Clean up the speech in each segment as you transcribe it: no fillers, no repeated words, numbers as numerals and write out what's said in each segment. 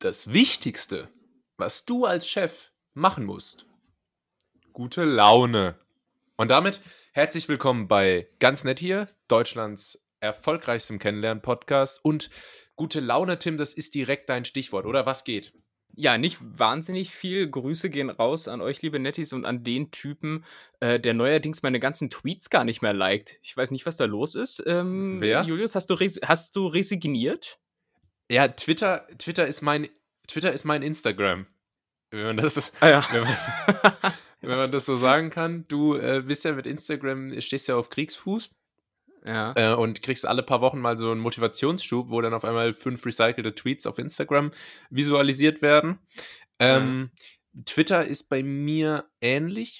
das Wichtigste, was du als Chef machen musst, gute Laune. Und damit herzlich willkommen bei Ganz nett hier, Deutschlands erfolgreichstem Kennenlernen-Podcast. Und gute Laune, Tim, das ist direkt dein Stichwort, oder? Was geht? Ja, nicht wahnsinnig viel. Grüße gehen raus an euch, liebe Nettis, und an den Typen, der neuerdings meine ganzen Tweets gar nicht mehr liked. Ich weiß nicht, was da los ist. Wer? Julius, hast du resigniert? Ja, Twitter ist mein Instagram. Wenn man das, Ah ja. wenn man das so sagen kann. Du bist ja mit Instagram, stehst ja auf Kriegsfuß. Ja. Und kriegst alle paar Wochen mal so einen Motivationsschub, wo dann auf einmal 5 recycelte Tweets auf Instagram visualisiert werden. Twitter ist bei mir ähnlich.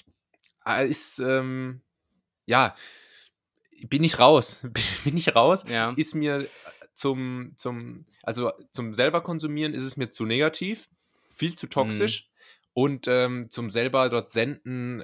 Ja, bin ich raus. Ja. Ist mir zum selber konsumieren ist es mir zu negativ, viel zu toxisch. Und zum selber dort senden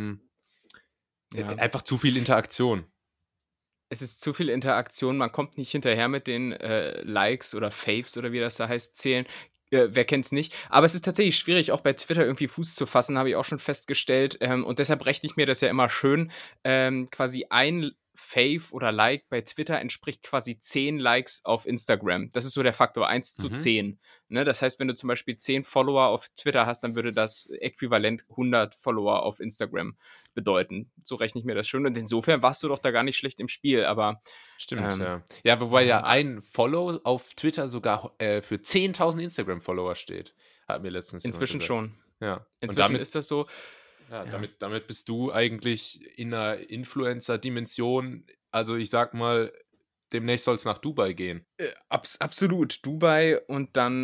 einfach zu viel Interaktion. Es ist zu viel Interaktion, man kommt nicht hinterher mit den Likes oder Faves oder wie das da heißt, zählen. Wer kennt's nicht? Aber es ist tatsächlich schwierig, auch bei Twitter irgendwie Fuß zu fassen, habe ich auch schon festgestellt. Und deshalb rechne ich mir das ja immer schön. Quasi ein Fave oder Like bei Twitter entspricht quasi 10 Likes auf Instagram. Das ist so der Faktor 1:10. Ne? Das heißt, wenn du zum Beispiel 10 Follower auf Twitter hast, dann würde das äquivalent 100 Follower auf Instagram bedeuten. So rechne ich mir das schön. Und insofern warst du doch da gar nicht schlecht im Spiel, aber Stimmt, ja. Ja, wobei ja ein Follow auf Twitter sogar für 10.000 Instagram-Follower steht. Hat mir letztens jemand inzwischen gesagt. schon. Ja. Inzwischen ist das so. Ja, damit bist du eigentlich in einer Influencer-Dimension, also ich sag mal, demnächst soll es nach Dubai gehen. Absolut. Dubai und dann,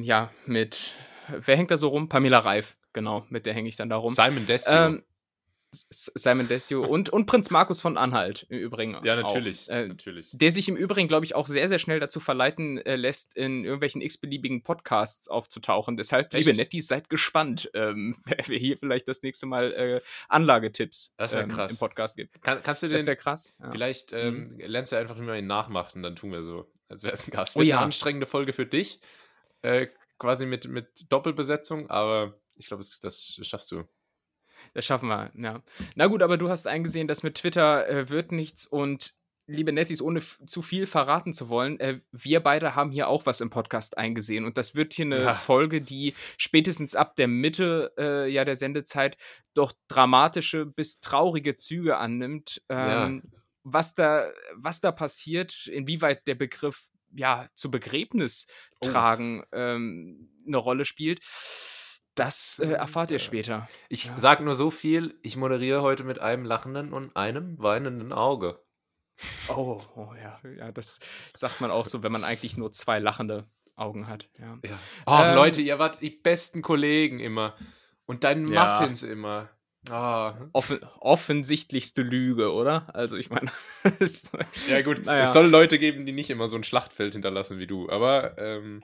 wer hängt da so rum? Pamela Reif, genau, mit der hänge ich dann da rum. Simon Desio. Simon Desio und Prinz Markus von Anhalt im Übrigen. Ja, natürlich. Auch. Natürlich. Der sich im Übrigen, glaube ich, auch sehr, sehr schnell dazu verleiten lässt, in irgendwelchen x-beliebigen Podcasts aufzutauchen. Deshalb, liebe Nettis, seid gespannt, wer hier vielleicht das nächste Mal Anlagetipps im Podcast gibt. Kannst du den? Das wäre krass. Ja. Vielleicht lernst du einfach, wie man ihn nachmacht und dann tun wir so, als wäre es ein Gast. Eine anstrengende Folge für dich, quasi mit Doppelbesetzung, aber ich glaube, das schaffst du. Das schaffen wir, ja. Na gut, aber du hast eingesehen, dass mit Twitter wird nichts und liebe Nettis, ohne zu viel verraten zu wollen, wir beide haben hier auch was im Podcast eingesehen und das wird hier eine Folge, die spätestens ab der Mitte der Sendezeit doch dramatische bis traurige Züge annimmt. Was da passiert, inwieweit der Begriff zu Begräbnis tragen eine Rolle spielt, das erfahrt ihr später. Ich sage nur so viel, ich moderiere heute mit einem lachenden und einem weinenden Auge. Oh ja, das sagt man auch so, wenn man eigentlich nur 2 lachende Augen hat. Ja. Oh, Leute, ihr wart die besten Kollegen immer. Und deine Muffins immer. Oh. Offensichtlichste Lüge, oder? Also ich meine... ja gut, es soll Leute geben, die nicht immer so ein Schlachtfeld hinterlassen wie du, aber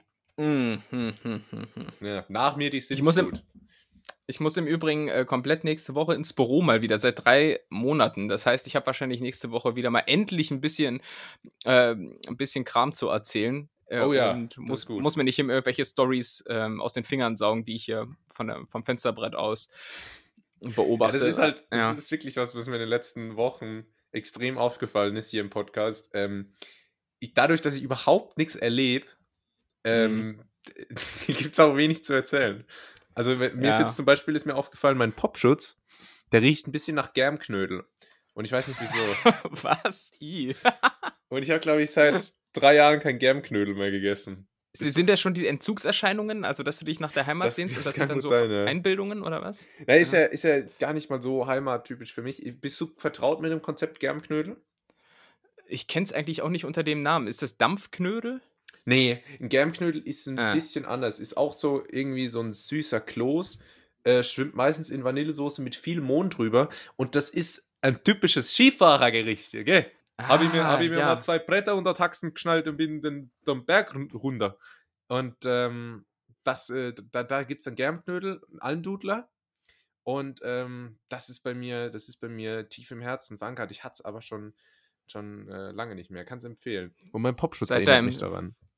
nach mir die Sintflut. Ich muss im Übrigen komplett nächste Woche ins Büro mal wieder, seit 3 Monaten. Das heißt, ich habe wahrscheinlich nächste Woche wieder mal endlich ein bisschen Kram zu erzählen. Und muss mir nicht irgendwelche Storys aus den Fingern saugen, die ich hier vom Fensterbrett aus beobachte. Das ist wirklich was mir in den letzten Wochen extrem aufgefallen ist hier im Podcast. Dadurch, dass ich überhaupt nichts erlebe, gibt es auch wenig zu erzählen. Also mir ist jetzt zum Beispiel aufgefallen, mein Popschutz, der riecht ein bisschen nach Germknödel. Und ich weiß nicht wieso. Was? Und ich habe, glaube ich, seit 3 Jahren kein Germknödel mehr gegessen. Sind das schon die Entzugserscheinungen? Also, dass du dich nach der Heimat sehnst? Und das sind dann so Einbildungen oder was? Ja, ist ja gar nicht mal so heimattypisch für mich. Bist du vertraut mit dem Konzept Germknödel? Ich kenne es eigentlich auch nicht unter dem Namen. Ist das Dampfknödel? Nee, ein Germknödel ist ein bisschen anders. Ist auch so irgendwie so ein süßer Kloß. Schwimmt meistens in Vanillesoße mit viel Mohn drüber. Und das ist ein typisches Skifahrergericht, gell? Habe ich mir mal 2 Bretter unter Taxen geschnallt und bin den Berg runter. Und da gibt es dann Germknödel, einen Almdudler. Und das ist bei mir tief im Herzen verankert. Ich hatte es aber schon lange nicht mehr. Kann es empfehlen. Und mein Popschutz erinnert mich daran.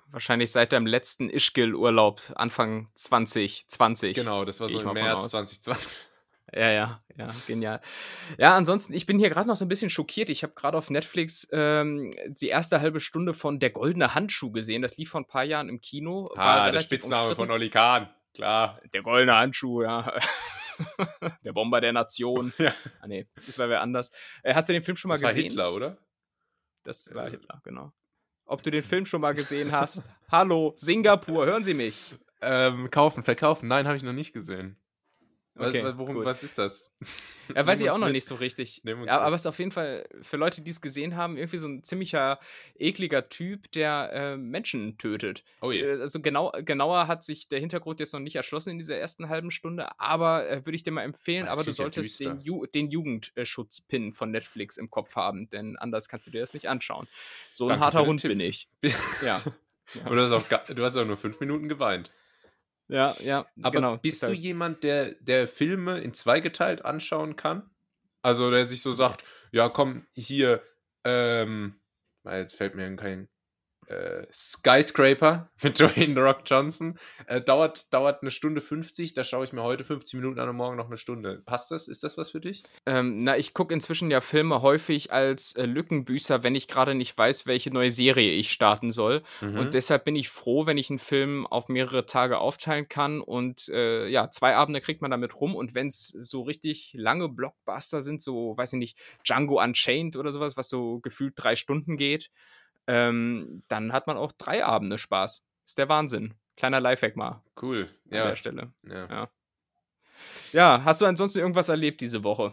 wahrscheinlich seit deinem letzten Ischgl-Urlaub Anfang 2020, Genau, das war gehe so ich im mal von März aus. 2020. Ja, genial. Ja, ansonsten, ich bin hier gerade noch so ein bisschen schockiert. Ich habe gerade auf Netflix, die erste halbe Stunde von Der Goldene Handschuh gesehen. Das lief vor ein paar Jahren im Kino, war Der relativ Spitzname von umstritten. Oli Kahn, klar. Der Goldene Handschuh, ja. Der Bomber der Nation. Ja, Ah, ne, das war wer anders. Hast du den Film schon mal das war gesehen? Hitler, oder? Das war Äh, Hitler, genau. Ob du den Film schon mal gesehen hast? Hallo, Singapur, hören Sie mich? Kaufen, verkaufen. Nein, habe ich noch nicht gesehen. Okay, gut. Was ist das? Ja, weiß Nimm ich auch uns noch mit. nicht so richtig. Nimm uns Ja, aber mit. es ist auf jeden Fall für Leute, die es gesehen haben, irgendwie so ein ziemlicher ekliger Typ, der, Menschen tötet. Oh je. Also genauer hat sich der Hintergrund jetzt noch nicht erschlossen in dieser ersten halben Stunde, aber, würde ich dir mal empfehlen, Das aber du klingt ja solltest düster. den Jugendschutz-Pin von Netflix im Kopf haben, denn anders kannst du dir das nicht anschauen. So ein Danke harter für den Hund Tipp. bin ich. Ja. Ja. Und du hast auch nur 5 Minuten geweint. Ja, Aber genau, bist du deshalb. jemand, der Filme in zweigeteilt anschauen kann? Also, der sich so sagt: „Ja, komm, hier, jetzt fällt mir kein Skyscraper mit Dwayne The Rock Johnson, dauert 1 Stunde 50, da schaue ich mir heute 50 Minuten an und morgen noch 1 Stunde. Passt das? Ist das was für dich?“ Na, ich gucke inzwischen ja Filme häufig als, Lückenbüßer, wenn ich gerade nicht weiß, welche neue Serie ich starten soll. Und Mhm. deshalb bin ich froh, wenn ich einen Film auf mehrere Tage aufteilen kann und, ja, 2 Abende kriegt man damit rum. Und wenn es so richtig lange Blockbuster sind, so, weiß ich nicht, Django Unchained oder sowas, was so gefühlt 3 Stunden geht, dann hat man auch 3 Abende Spaß. Ist der Wahnsinn. Kleiner Lifehack mal Cool, an der ja, Stelle. ja. Ja. Ja, hast du ansonsten irgendwas erlebt diese Woche?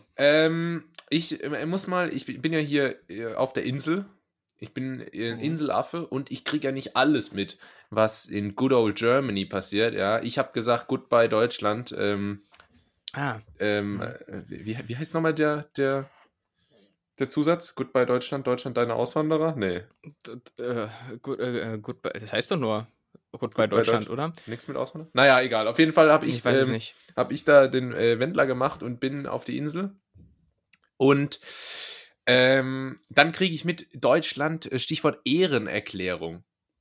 Ich bin ja hier auf der Insel. Ich bin ein Mhm. Inselaffe und ich kriege ja nicht alles mit, was in Good Old Germany passiert. Ja, ich habe gesagt, Goodbye Deutschland. Ah. Mhm. Wie heißt nochmal der Zusatz? Goodbye Deutschland, Deutschland deine Auswanderer? Nee, Das heißt doch nur Goodbye Goodbye Deutschland, Deutschland. oder? Nichts mit Auswanderer? Naja, egal. Auf jeden Fall Ich weiß es nicht. hab ich da den Wendler gemacht und bin auf die Insel. Und dann kriege ich mit Deutschland, Stichwort Ehrenerklärung.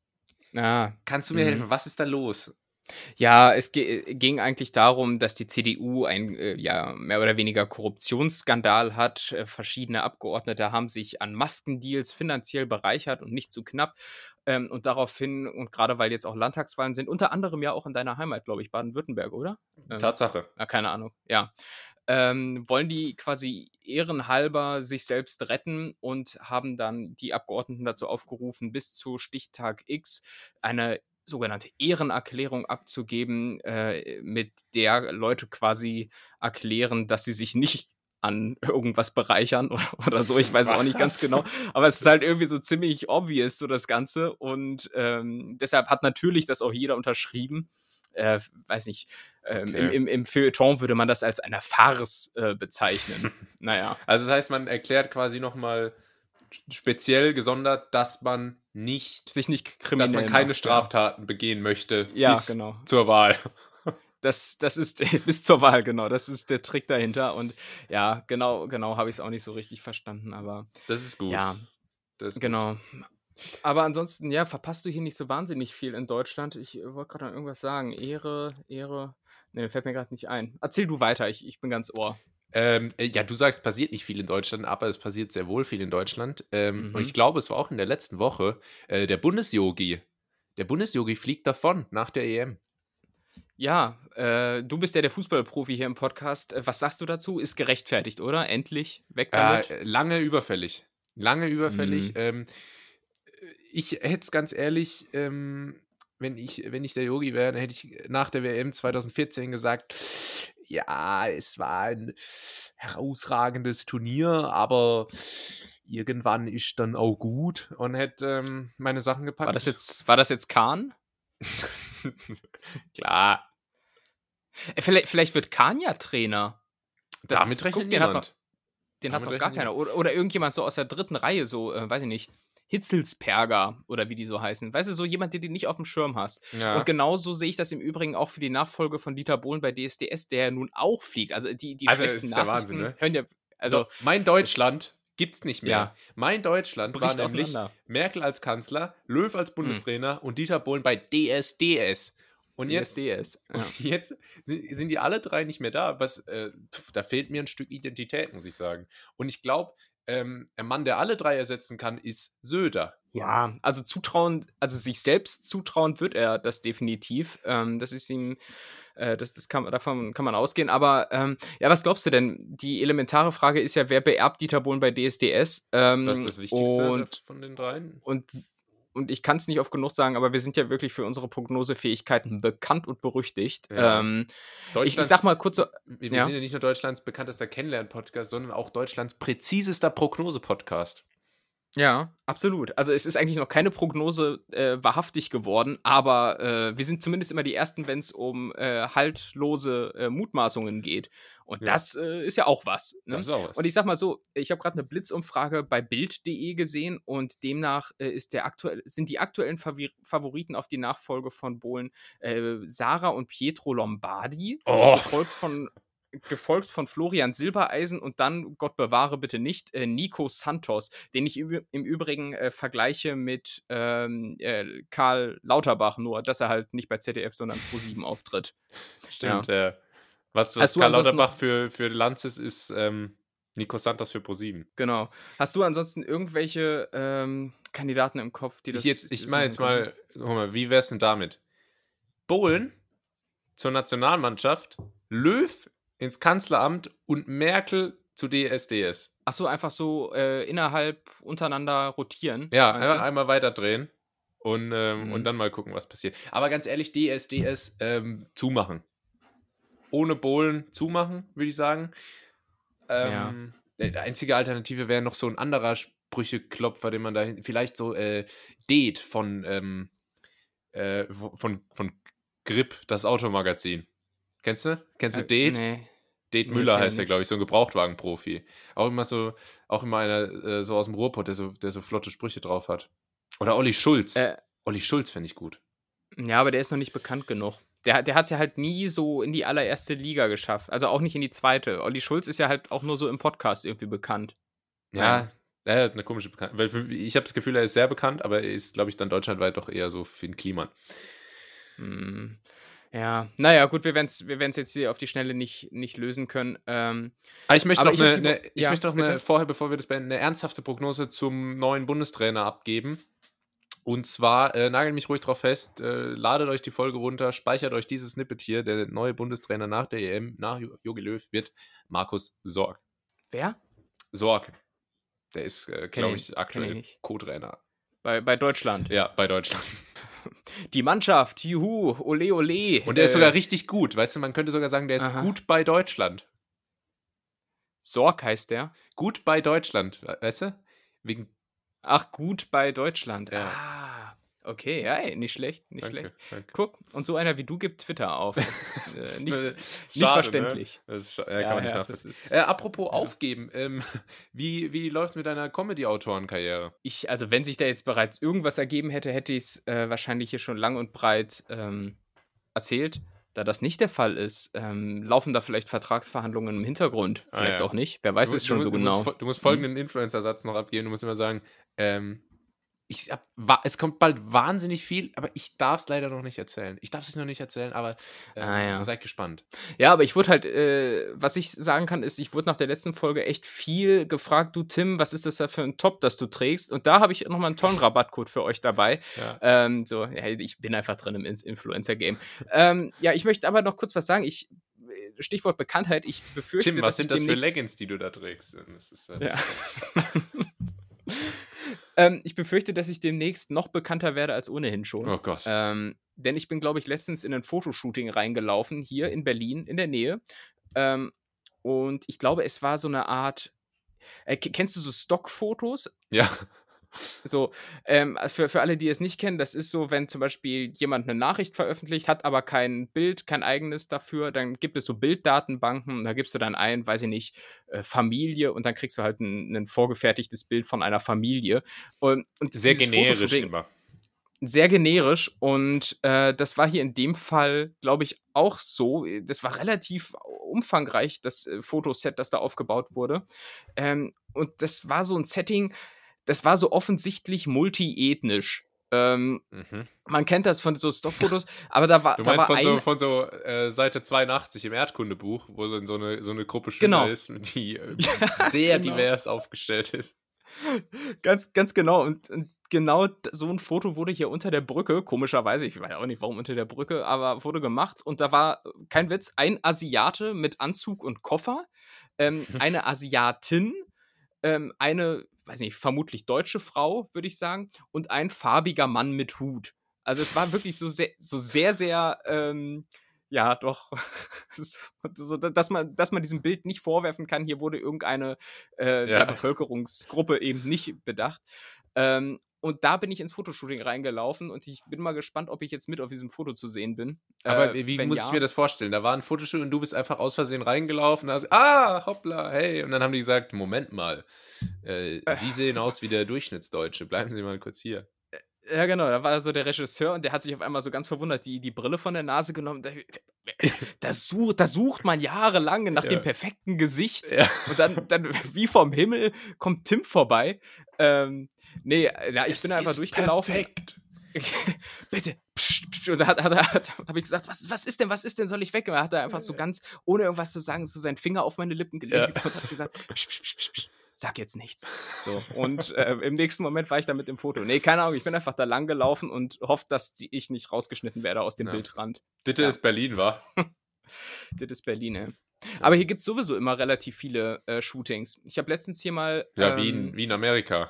Ah, Kannst du mir helfen? Was ist da los? ja, es ging eigentlich darum, dass die CDU ein, ja, mehr oder weniger Korruptionsskandal hat. Verschiedene Abgeordnete haben sich an Maskendeals finanziell bereichert und nicht zu knapp. Und daraufhin und gerade weil jetzt auch Landtagswahlen sind, unter anderem ja auch in deiner Heimat, glaube ich, Baden-Württemberg, oder? Tatsache. Keine Ahnung, ja. Wollen die quasi ehrenhalber sich selbst retten und haben dann die Abgeordneten dazu aufgerufen, bis zu Stichtag X eine sogenannte Ehrenerklärung abzugeben, mit der Leute quasi erklären, dass sie sich nicht an irgendwas bereichern oder so. Ich weiß es auch nicht ganz Was? genau, aber es ist halt irgendwie so ziemlich obvious, so das Ganze. Und deshalb hat natürlich das auch jeder unterschrieben. Weiß nicht, Okay. im Feuilleton würde man das als eine Farce bezeichnen. Naja. Also das heißt, man erklärt quasi nochmal speziell gesondert, dass man Sich nicht dass man kriminell keine macht, ja. Straftaten begehen möchte Ja, bis genau. zur Wahl. Das ist bis zur Wahl, genau. Das ist der Trick dahinter. Und ja, genau habe ich es auch nicht so richtig verstanden, aber Das ist gut. ja, Das ist gut. genau. Aber ansonsten, ja, verpasst du hier nicht so wahnsinnig viel in Deutschland. Ich wollte gerade noch irgendwas sagen. Ehre. Ne, fällt mir gerade nicht ein. Erzähl du weiter, ich bin ganz Ohr. Ja, du sagst, es passiert nicht viel in Deutschland, aber es passiert sehr wohl viel in Deutschland. Und ich Mhm. glaube, es war auch in der letzten Woche der Bundesjogi. Der Bundesjogi fliegt davon nach der EM. Ja, du bist ja der Fußballprofi hier im Podcast. Was sagst du dazu? Ist gerechtfertigt, oder? Endlich weg damit? Lange überfällig. Lange überfällig. Mhm. Ich hätte es ganz ehrlich, wenn ich der Yogi wäre, dann hätte ich nach der WM 2014 gesagt, ja, es war ein herausragendes Turnier, aber irgendwann ist dann auch gut und hätte meine Sachen War gepackt. das jetzt Kahn? Klar, Vielleicht wird Kahn ja Trainer. damit rechnet Guck, niemand. den hat Damit noch gar rechnet keiner. niemand. Oder irgendjemand so aus der dritten Reihe, so, weiß ich nicht, Hitzelsperger oder wie die so heißen. Weißt du, so jemand, den du nicht auf dem Schirm hast. Ja. Und genauso sehe ich das im Übrigen auch für die Nachfolge von Dieter Bohlen bei DSDS, der ja nun auch fliegt. Also die Also, es schlechten ist der Wahnsinn, Nachrichten ne? hören ja, Also, also mein Deutschland Gibt's nicht mehr. Ja. Mein Deutschland war Bricht nämlich auseinander. Merkel als Kanzler, Löw als Bundestrainer und Dieter Bohlen bei DSDS. Und jetzt, DSDS. Ja. jetzt sind die alle drei nicht mehr da. Da fehlt mir ein Stück Identität, muss ich sagen. Und ich glaube, ein Mann, der alle drei ersetzen kann, ist Söder. Ja, also sich selbst zutrauen wird er das definitiv. Das ist ihm, davon kann man ausgehen. Aber ja, was glaubst du denn? Die elementare Frage ist ja, wer beerbt Dieter Bohlen bei DSDS? Das ist das Wichtigste und, von den dreien. und ich kann es nicht oft genug sagen, aber wir sind ja wirklich für unsere Prognosefähigkeiten bekannt und berüchtigt. Ja. Ich sag mal kurz so. Wir Ja. sind ja nicht nur Deutschlands bekanntester Kennenlern-Podcast, sondern auch Deutschlands präzisester Prognose-Podcast. Ja, absolut. Also es ist eigentlich noch keine Prognose wahrhaftig geworden, aber wir sind zumindest immer die Ersten, wenn es um haltlose Mutmaßungen geht. Und Ja. das ist ja auch was. Ne? Das ist auch was. Und ich sag mal so, ich habe gerade eine Blitzumfrage bei Bild.de gesehen und demnach sind die aktuellen Favoriten auf die Nachfolge von Bohlen Sarah und Pietro Lombardi, Oh. gefolgt von Florian Silbereisen und dann, Gott bewahre bitte nicht, Nico Santos, den ich im Übrigen vergleiche mit Karl Lauterbach, nur dass er halt nicht bei ZDF, sondern Pro7 auftritt. Stimmt, ja. Was Hast du Karl ansonsten Lauterbach für Lanzes ist, Nico Santos für Pro7. Genau. Hast du ansonsten irgendwelche Kandidaten im Kopf, die das... Ich meine jetzt mal, guck mal, wie wär's denn damit? Bohlen zur Nationalmannschaft, Löw ins Kanzleramt und Merkel zu DSDS. Ach so, einfach so untereinander rotieren. Ja, meinst du? einfach einmal weiterdrehen und dann mal gucken, was passiert. Aber ganz ehrlich, DSDS zumachen. Ohne Bohlen zumachen, würde ich sagen. Die einzige Alternative wäre noch so ein anderer Sprücheklopfer, den man da vielleicht so Det von Grip, das Automagazin. Kennst du? Kennst du Det? Nee. Det Müller heißt er, glaube ich, so ein Gebrauchtwagenprofi. Auch immer einer so aus dem Ruhrpott, der so flotte Sprüche drauf hat. Oder Olli Schulz. Olli Schulz fände ich gut. Ja, aber der ist noch nicht bekannt genug. Der hat es ja halt nie so in die allererste Liga geschafft. Also auch nicht in die zweite. Olli Schulz ist ja halt auch nur so im Podcast irgendwie bekannt. Ja, er hat eine komische Bekanntheit. Weil ich habe das Gefühl, er ist sehr bekannt, aber er ist, glaube ich, dann deutschlandweit doch eher so Finn Kliman. Ja, naja, gut, wir werden es jetzt hier auf die Schnelle nicht lösen können. Ich möchte aber noch vorher, bevor wir das beenden, eine ernsthafte Prognose zum neuen Bundestrainer abgeben. Und zwar, nagelt mich ruhig drauf fest, ladet euch die Folge runter, speichert euch dieses Snippet hier. Der neue Bundestrainer nach der EM, nach Jogi Löw, wird Markus Sorg. Wer? Sorg. Der ist, glaube ich, aktuell Co-Trainer. Bei Deutschland? Ja, bei Deutschland. Die Mannschaft, juhu, ole, ole. Und der ist sogar richtig gut. Weißt du, man könnte sogar sagen, der ist gut bei Deutschland. Sorg heißt der? Gut bei Deutschland, weißt du? Ach, gut bei Deutschland. Ja. Ah, okay, ja, ey, nicht schlecht. Danke. Guck, und so einer wie du gibt Twitter auf. Das ist nicht schade, verständlich. Ne? Kann man nicht nachvollziehen. Apropos aufgeben, wie läuft es mit deiner Comedy-Autorenkarriere? Also wenn sich da jetzt bereits irgendwas ergeben hätte, hätte ich es wahrscheinlich hier schon lang und breit erzählt. Da das nicht der Fall ist, laufen da vielleicht Vertragsverhandlungen im Hintergrund. Vielleicht auch nicht. Wer weiß es schon so genau. Du musst folgenden Influencer-Satz noch abgeben. Du musst immer sagen, es kommt bald wahnsinnig viel, aber ich darf es leider noch nicht erzählen. Ich darf es noch nicht erzählen, aber seid gespannt. Ja, aber ich wurde halt, was ich sagen kann, ist, ich wurde nach der letzten Folge echt viel gefragt, du Tim, was ist das da für ein Top, das du trägst? Und da habe ich nochmal einen tollen Rabattcode für euch dabei. Ja. Ich bin einfach drin im Influencer-Game. Ich möchte aber noch kurz was sagen. Stichwort Bekanntheit, ich befürchte, Tim, was sind das für Leggings, die du da trägst? Das ist, ich befürchte, dass ich demnächst noch bekannter werde als ohnehin schon. Oh Gott. Denn ich bin, glaube ich, letztens in ein Fotoshooting reingelaufen, hier in Berlin, in der Nähe. Und ich glaube, es war so eine Art... kennst du so Stockfotos? Ja. So, für alle, die es nicht kennen, das ist so, wenn zum Beispiel jemand eine Nachricht veröffentlicht, hat aber kein Bild, kein eigenes dafür, dann gibt es so Bilddatenbanken und da gibst du dann ein, weiß ich nicht, Familie und dann kriegst du halt ein vorgefertigtes Bild von einer Familie. Und sehr generisch immer. Sehr generisch und das war hier in dem Fall, glaube ich, auch so. Das war relativ umfangreich, das Fotoset, das da aufgebaut wurde. und das war so ein Setting, das war so offensichtlich multiethnisch. Man kennt das von so Stockfotos, aber da Du meinst war von so Seite 82 im Erdkundebuch, wo dann so eine Gruppe Schüler genau. ist, die Ja, sehr genau. divers aufgestellt ist. Ganz genau. Und genau so ein Foto wurde hier unter der Brücke, komischerweise, ich weiß auch nicht, warum unter der Brücke, aber wurde gemacht. Und da war, kein Witz, ein Asiate mit Anzug und Koffer, eine Asiatin, eine, weiß nicht, vermutlich deutsche Frau, würde ich sagen, und ein farbiger Mann mit Hut. Also es war wirklich so sehr, ja, doch, so, dass man diesem Bild nicht vorwerfen kann, hier wurde irgendeine der Bevölkerungsgruppe eben nicht bedacht. Und da bin ich ins Fotoshooting reingelaufen und ich bin mal gespannt, ob ich jetzt mit auf diesem Foto zu sehen bin. Aber wie Wenn muss ich ja, mir das vorstellen? Da war ein Fotoshoot und du bist einfach aus Versehen reingelaufen. Also, hoppla, hey. Und dann haben die gesagt, Moment mal, Sie sehen aus wie der Durchschnittsdeutsche. Bleiben Sie mal kurz hier. ja, genau, da war so der Regisseur und der hat sich auf einmal so ganz verwundert die Brille von der Nase genommen. Das sucht man jahrelang nach dem Ja. perfekten Gesicht. Ja. Und dann wie vom Himmel kommt Tim vorbei. Nee, ja, ich bin einfach durchgelaufen. Perfekt. Bitte. Psch, psch. Und da habe ich gesagt, was ist denn, soll ich weg? Und er hat da einfach so ganz, ohne irgendwas zu sagen, so seinen Finger auf meine Lippen gelegt und hat gesagt, psch, psch, psch, psch, sag jetzt nichts. So, und im nächsten Moment war ich da mit dem Foto. Nee, keine Ahnung, ich bin einfach da lang gelaufen und hoffe, dass ich nicht rausgeschnitten werde aus dem Bildrand. Ditte ist Berlin, wa? Das ist Berlin, ey. Aber hier gibt es sowieso immer relativ viele Shootings. Ich habe letztens hier mal. Ja, Wien, Amerika.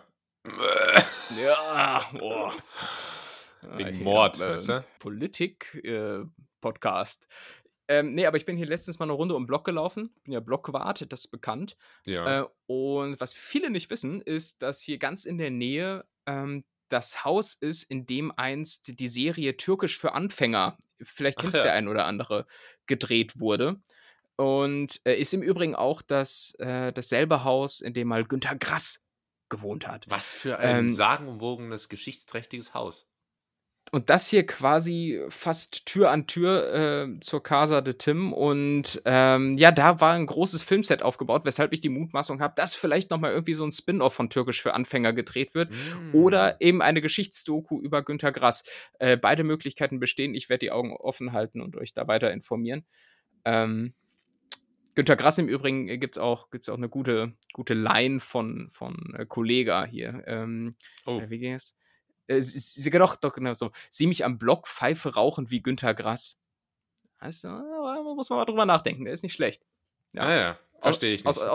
Ja, boah. Wegen Mord, weißt du? Politik-Podcast. Nee, aber ich bin hier letztens mal eine Runde um den Block gelaufen. Bin ja Blockwart, das ist bekannt. Ja. Und was viele nicht wissen, ist, dass hier ganz in der Nähe das Haus ist, in dem einst die Serie Türkisch für Anfänger, vielleicht kennt es der ein oder andere, gedreht wurde. Und ist im Übrigen auch dasselbe Haus, in dem mal Günter Grass gewohnt hat. Was für ein sagenumwogenes, geschichtsträchtiges Haus. Und das hier quasi fast Tür an Tür zur Casa de Tim. Und ja, da war ein großes Filmset aufgebaut, weshalb ich die Mutmaßung habe, dass vielleicht nochmal irgendwie so ein Spin-off von Türkisch für Anfänger gedreht wird. Oder eben eine Geschichtsdoku über Günter Grass. Beide Möglichkeiten bestehen. Ich werde die Augen offen halten und euch da weiter informieren. Günter Grass im Übrigen gibt's auch eine gute Line von Kollega hier. Wie ging es? Doch, genau so. Sieh mich am Block, Pfeife rauchen wie Günter Grass. Also, muss man mal drüber nachdenken, der ist nicht schlecht. Ja, verstehe ich nicht.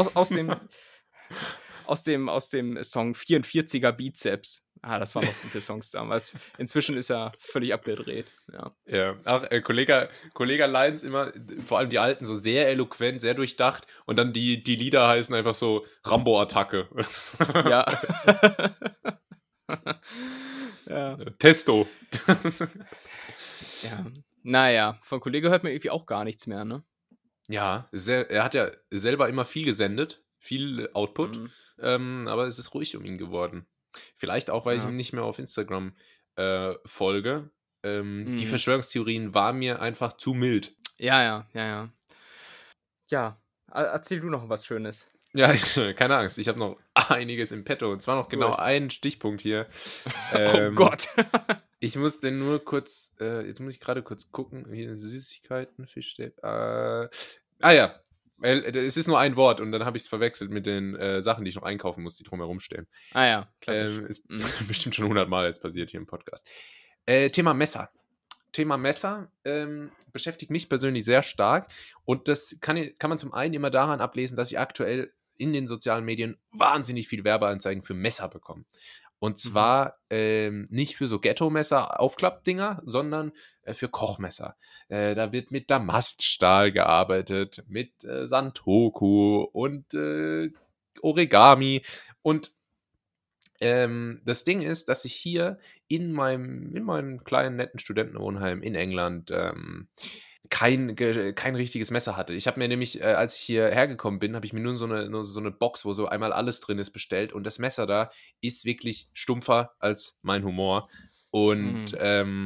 Aus dem Song 44er Bizeps. Das waren noch gute Songs damals. Inzwischen ist er völlig abgedreht. Ja. Auch Kollega Lines immer, vor allem die alten, so sehr eloquent, sehr durchdacht. Und dann die Lieder heißen einfach so Rambo-Attacke. Ja. Ja. Testo. Ja. Naja, von Kollege hört man irgendwie auch gar nichts mehr, ne? Ja, er hat ja selber immer viel gesendet, viel Output, aber es ist ruhig um ihn geworden. Vielleicht auch, weil ich ihm nicht mehr auf Instagram folge. Die Verschwörungstheorien waren mir einfach zu mild. Ja. Ja, erzähl du noch was Schönes. Ja, keine Angst, ich habe noch einiges im Petto. Und zwar noch genau einen Stichpunkt hier. Oh Gott. Ich muss denn nur kurz, jetzt muss ich gerade kurz gucken, hier Süßigkeiten, Fischstäbchen. Ja, es ist nur ein Wort und dann habe ich es verwechselt mit den Sachen, die ich noch einkaufen muss, die drumherum stehen. Ja, klassisch. Ist bestimmt schon 100-mal jetzt passiert hier im Podcast. Thema Messer beschäftigt mich persönlich sehr stark und das kann man zum einen immer daran ablesen, dass ich aktuell in den sozialen Medien wahnsinnig viel Werbeanzeigen für Messer bekomme. Und zwar nicht für so Ghetto-Messer, Aufklappdinger, sondern für Kochmesser. Da wird mit Damaststahl gearbeitet, mit Santoku und Origami. Und das Ding ist, dass ich hier in meinem kleinen, netten Studentenwohnheim in England kein richtiges Messer hatte. Ich habe mir nämlich, als ich hierher gekommen bin, habe ich mir nur so eine Box, wo so einmal alles drin ist, bestellt. Und das Messer da ist wirklich stumpfer als mein Humor. Und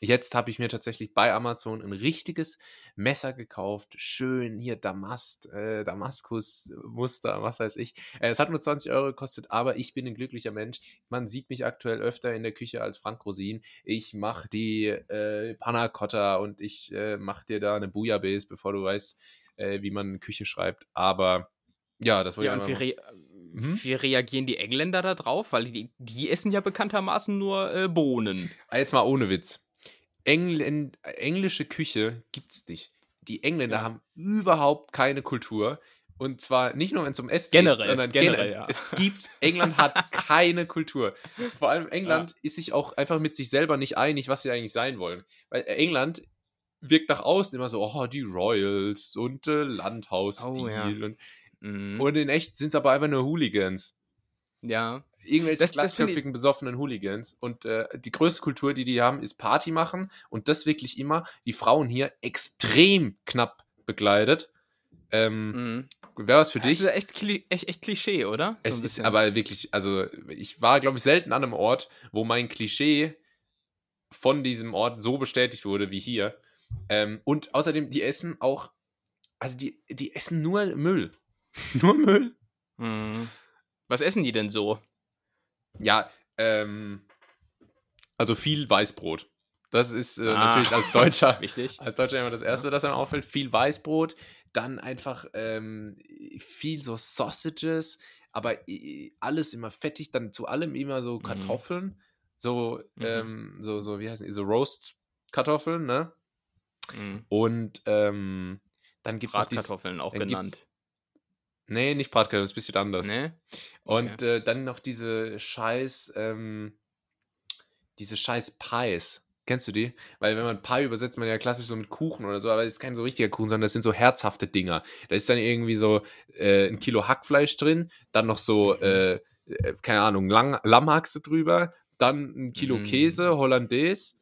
Jetzt habe ich mir tatsächlich bei Amazon ein richtiges Messer gekauft. Schön hier Damaskusmuster, was weiß ich. Es hat nur 20 Euro gekostet, aber ich bin ein glücklicher Mensch. Man sieht mich aktuell öfter in der Küche als Frank Rosin. Ich mache die Panna Cotta und ich mache dir da eine Bouillabaisse, bevor du weißt, wie man Küche schreibt. Aber ja, das wollte Ja, ich und einfach mal. wie reagieren die Engländer da drauf? Weil die essen ja bekanntermaßen nur Bohnen. Jetzt mal ohne Witz. Englische Küche gibt's nicht. Die Engländer Ja. haben überhaupt keine Kultur. Und zwar nicht nur, wenn es um Essen geht, Generell, sondern generell, ja. England hat keine Kultur. Vor allem England ist sich auch einfach mit sich selber nicht einig, was sie eigentlich sein wollen. Weil England wirkt nach außen immer so, oh, die Royals und Landhausstil. Oh, ja. Und in echt sind es aber einfach nur Hooligans. Ja. Irgendwelche Das finde ich. glattköpfigen, besoffenen Hooligans. Und die größte Kultur, die haben, ist Party machen. Und das wirklich immer. Die Frauen hier extrem knapp bekleidet. Wäre was für dich? Das ist echt Klischee, oder? Es ist aber wirklich, also ich war, glaube ich, selten an einem Ort, wo mein Klischee von diesem Ort so bestätigt wurde wie hier. Und außerdem, die essen auch, also die essen nur Müll. Nur Müll. Was essen die denn so? Ja, also viel Weißbrot. Das ist natürlich als Deutscher wichtig. Als Deutscher immer das Erste, das einem auffällt. Viel Weißbrot, dann einfach viel so Sausages, aber alles immer fettig, dann zu allem immer so Kartoffeln, so, wie heißen die, so Roast-Kartoffeln, ne? Und dann gibt es noch Bratkartoffeln auch genannt. Nee, nicht Bratkartoffeln, das ist ein bisschen anders. Nee? Und dann noch diese scheiß Pies. Kennst du die? Weil wenn man Pie übersetzt, man ja klassisch so mit Kuchen oder so, aber es ist kein so richtiger Kuchen, sondern das sind so herzhafte Dinger. Da ist dann irgendwie so 1 Kilo Hackfleisch drin, dann noch so, keine Ahnung, Lammhaxe drüber, dann 1 Kilo Käse, Hollandaise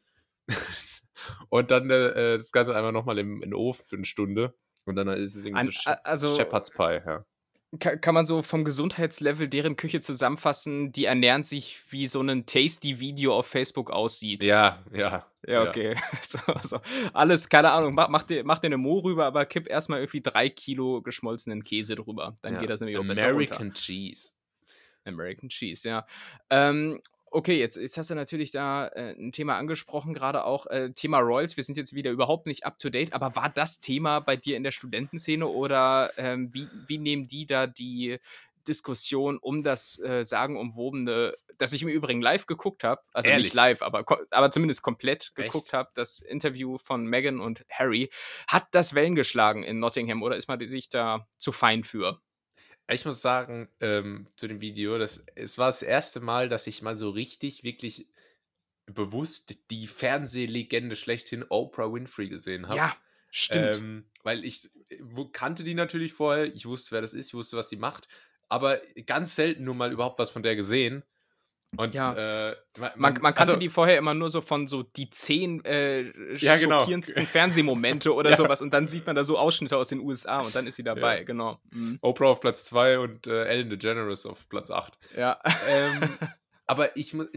und dann das Ganze einfach nochmal in den Ofen für 1 Stunde und dann ist es irgendwie so Shepherd's Pie, ja. Kann man so vom Gesundheitslevel deren Küche zusammenfassen, die ernähren sich, wie so ein Tasty-Video auf Facebook aussieht? Ja. Ja, okay. So. Alles, keine Ahnung, mach dir eine Mo rüber, aber kipp erstmal irgendwie 3 Kilo geschmolzenen Käse drüber. Dann geht das nämlich auch besser runter. American Cheese, ja. Okay, jetzt hast du natürlich da ein Thema angesprochen, gerade auch Thema Royals. Wir sind jetzt wieder überhaupt nicht up-to-date, aber war das Thema bei dir in der Studentenszene oder wie nehmen die da die Diskussion um das sagenumwobene, das ich im Übrigen live geguckt habe, also Ehrlich? nicht live, aber zumindest komplett geguckt habe, das Interview von Meghan und Harry. Hat das Wellen geschlagen in Nottingham oder ist man sich da zu fein für? Ich muss sagen, zu dem Video, es war das erste Mal, dass ich mal so richtig, wirklich bewusst die Fernsehlegende schlechthin Oprah Winfrey gesehen habe. Ja, stimmt. Weil ich kannte die natürlich vorher, ich wusste, wer das ist, ich wusste, was die macht, aber ganz selten nur mal überhaupt was von der gesehen. Und ja. Man kannte die vorher immer nur so von so die 10 schockierendsten Fernsehmomente oder sowas und dann sieht man da so Ausschnitte aus den USA und dann ist sie dabei, genau. Oprah auf Platz 2 und Ellen DeGeneres auf Platz 8. Ja. Aber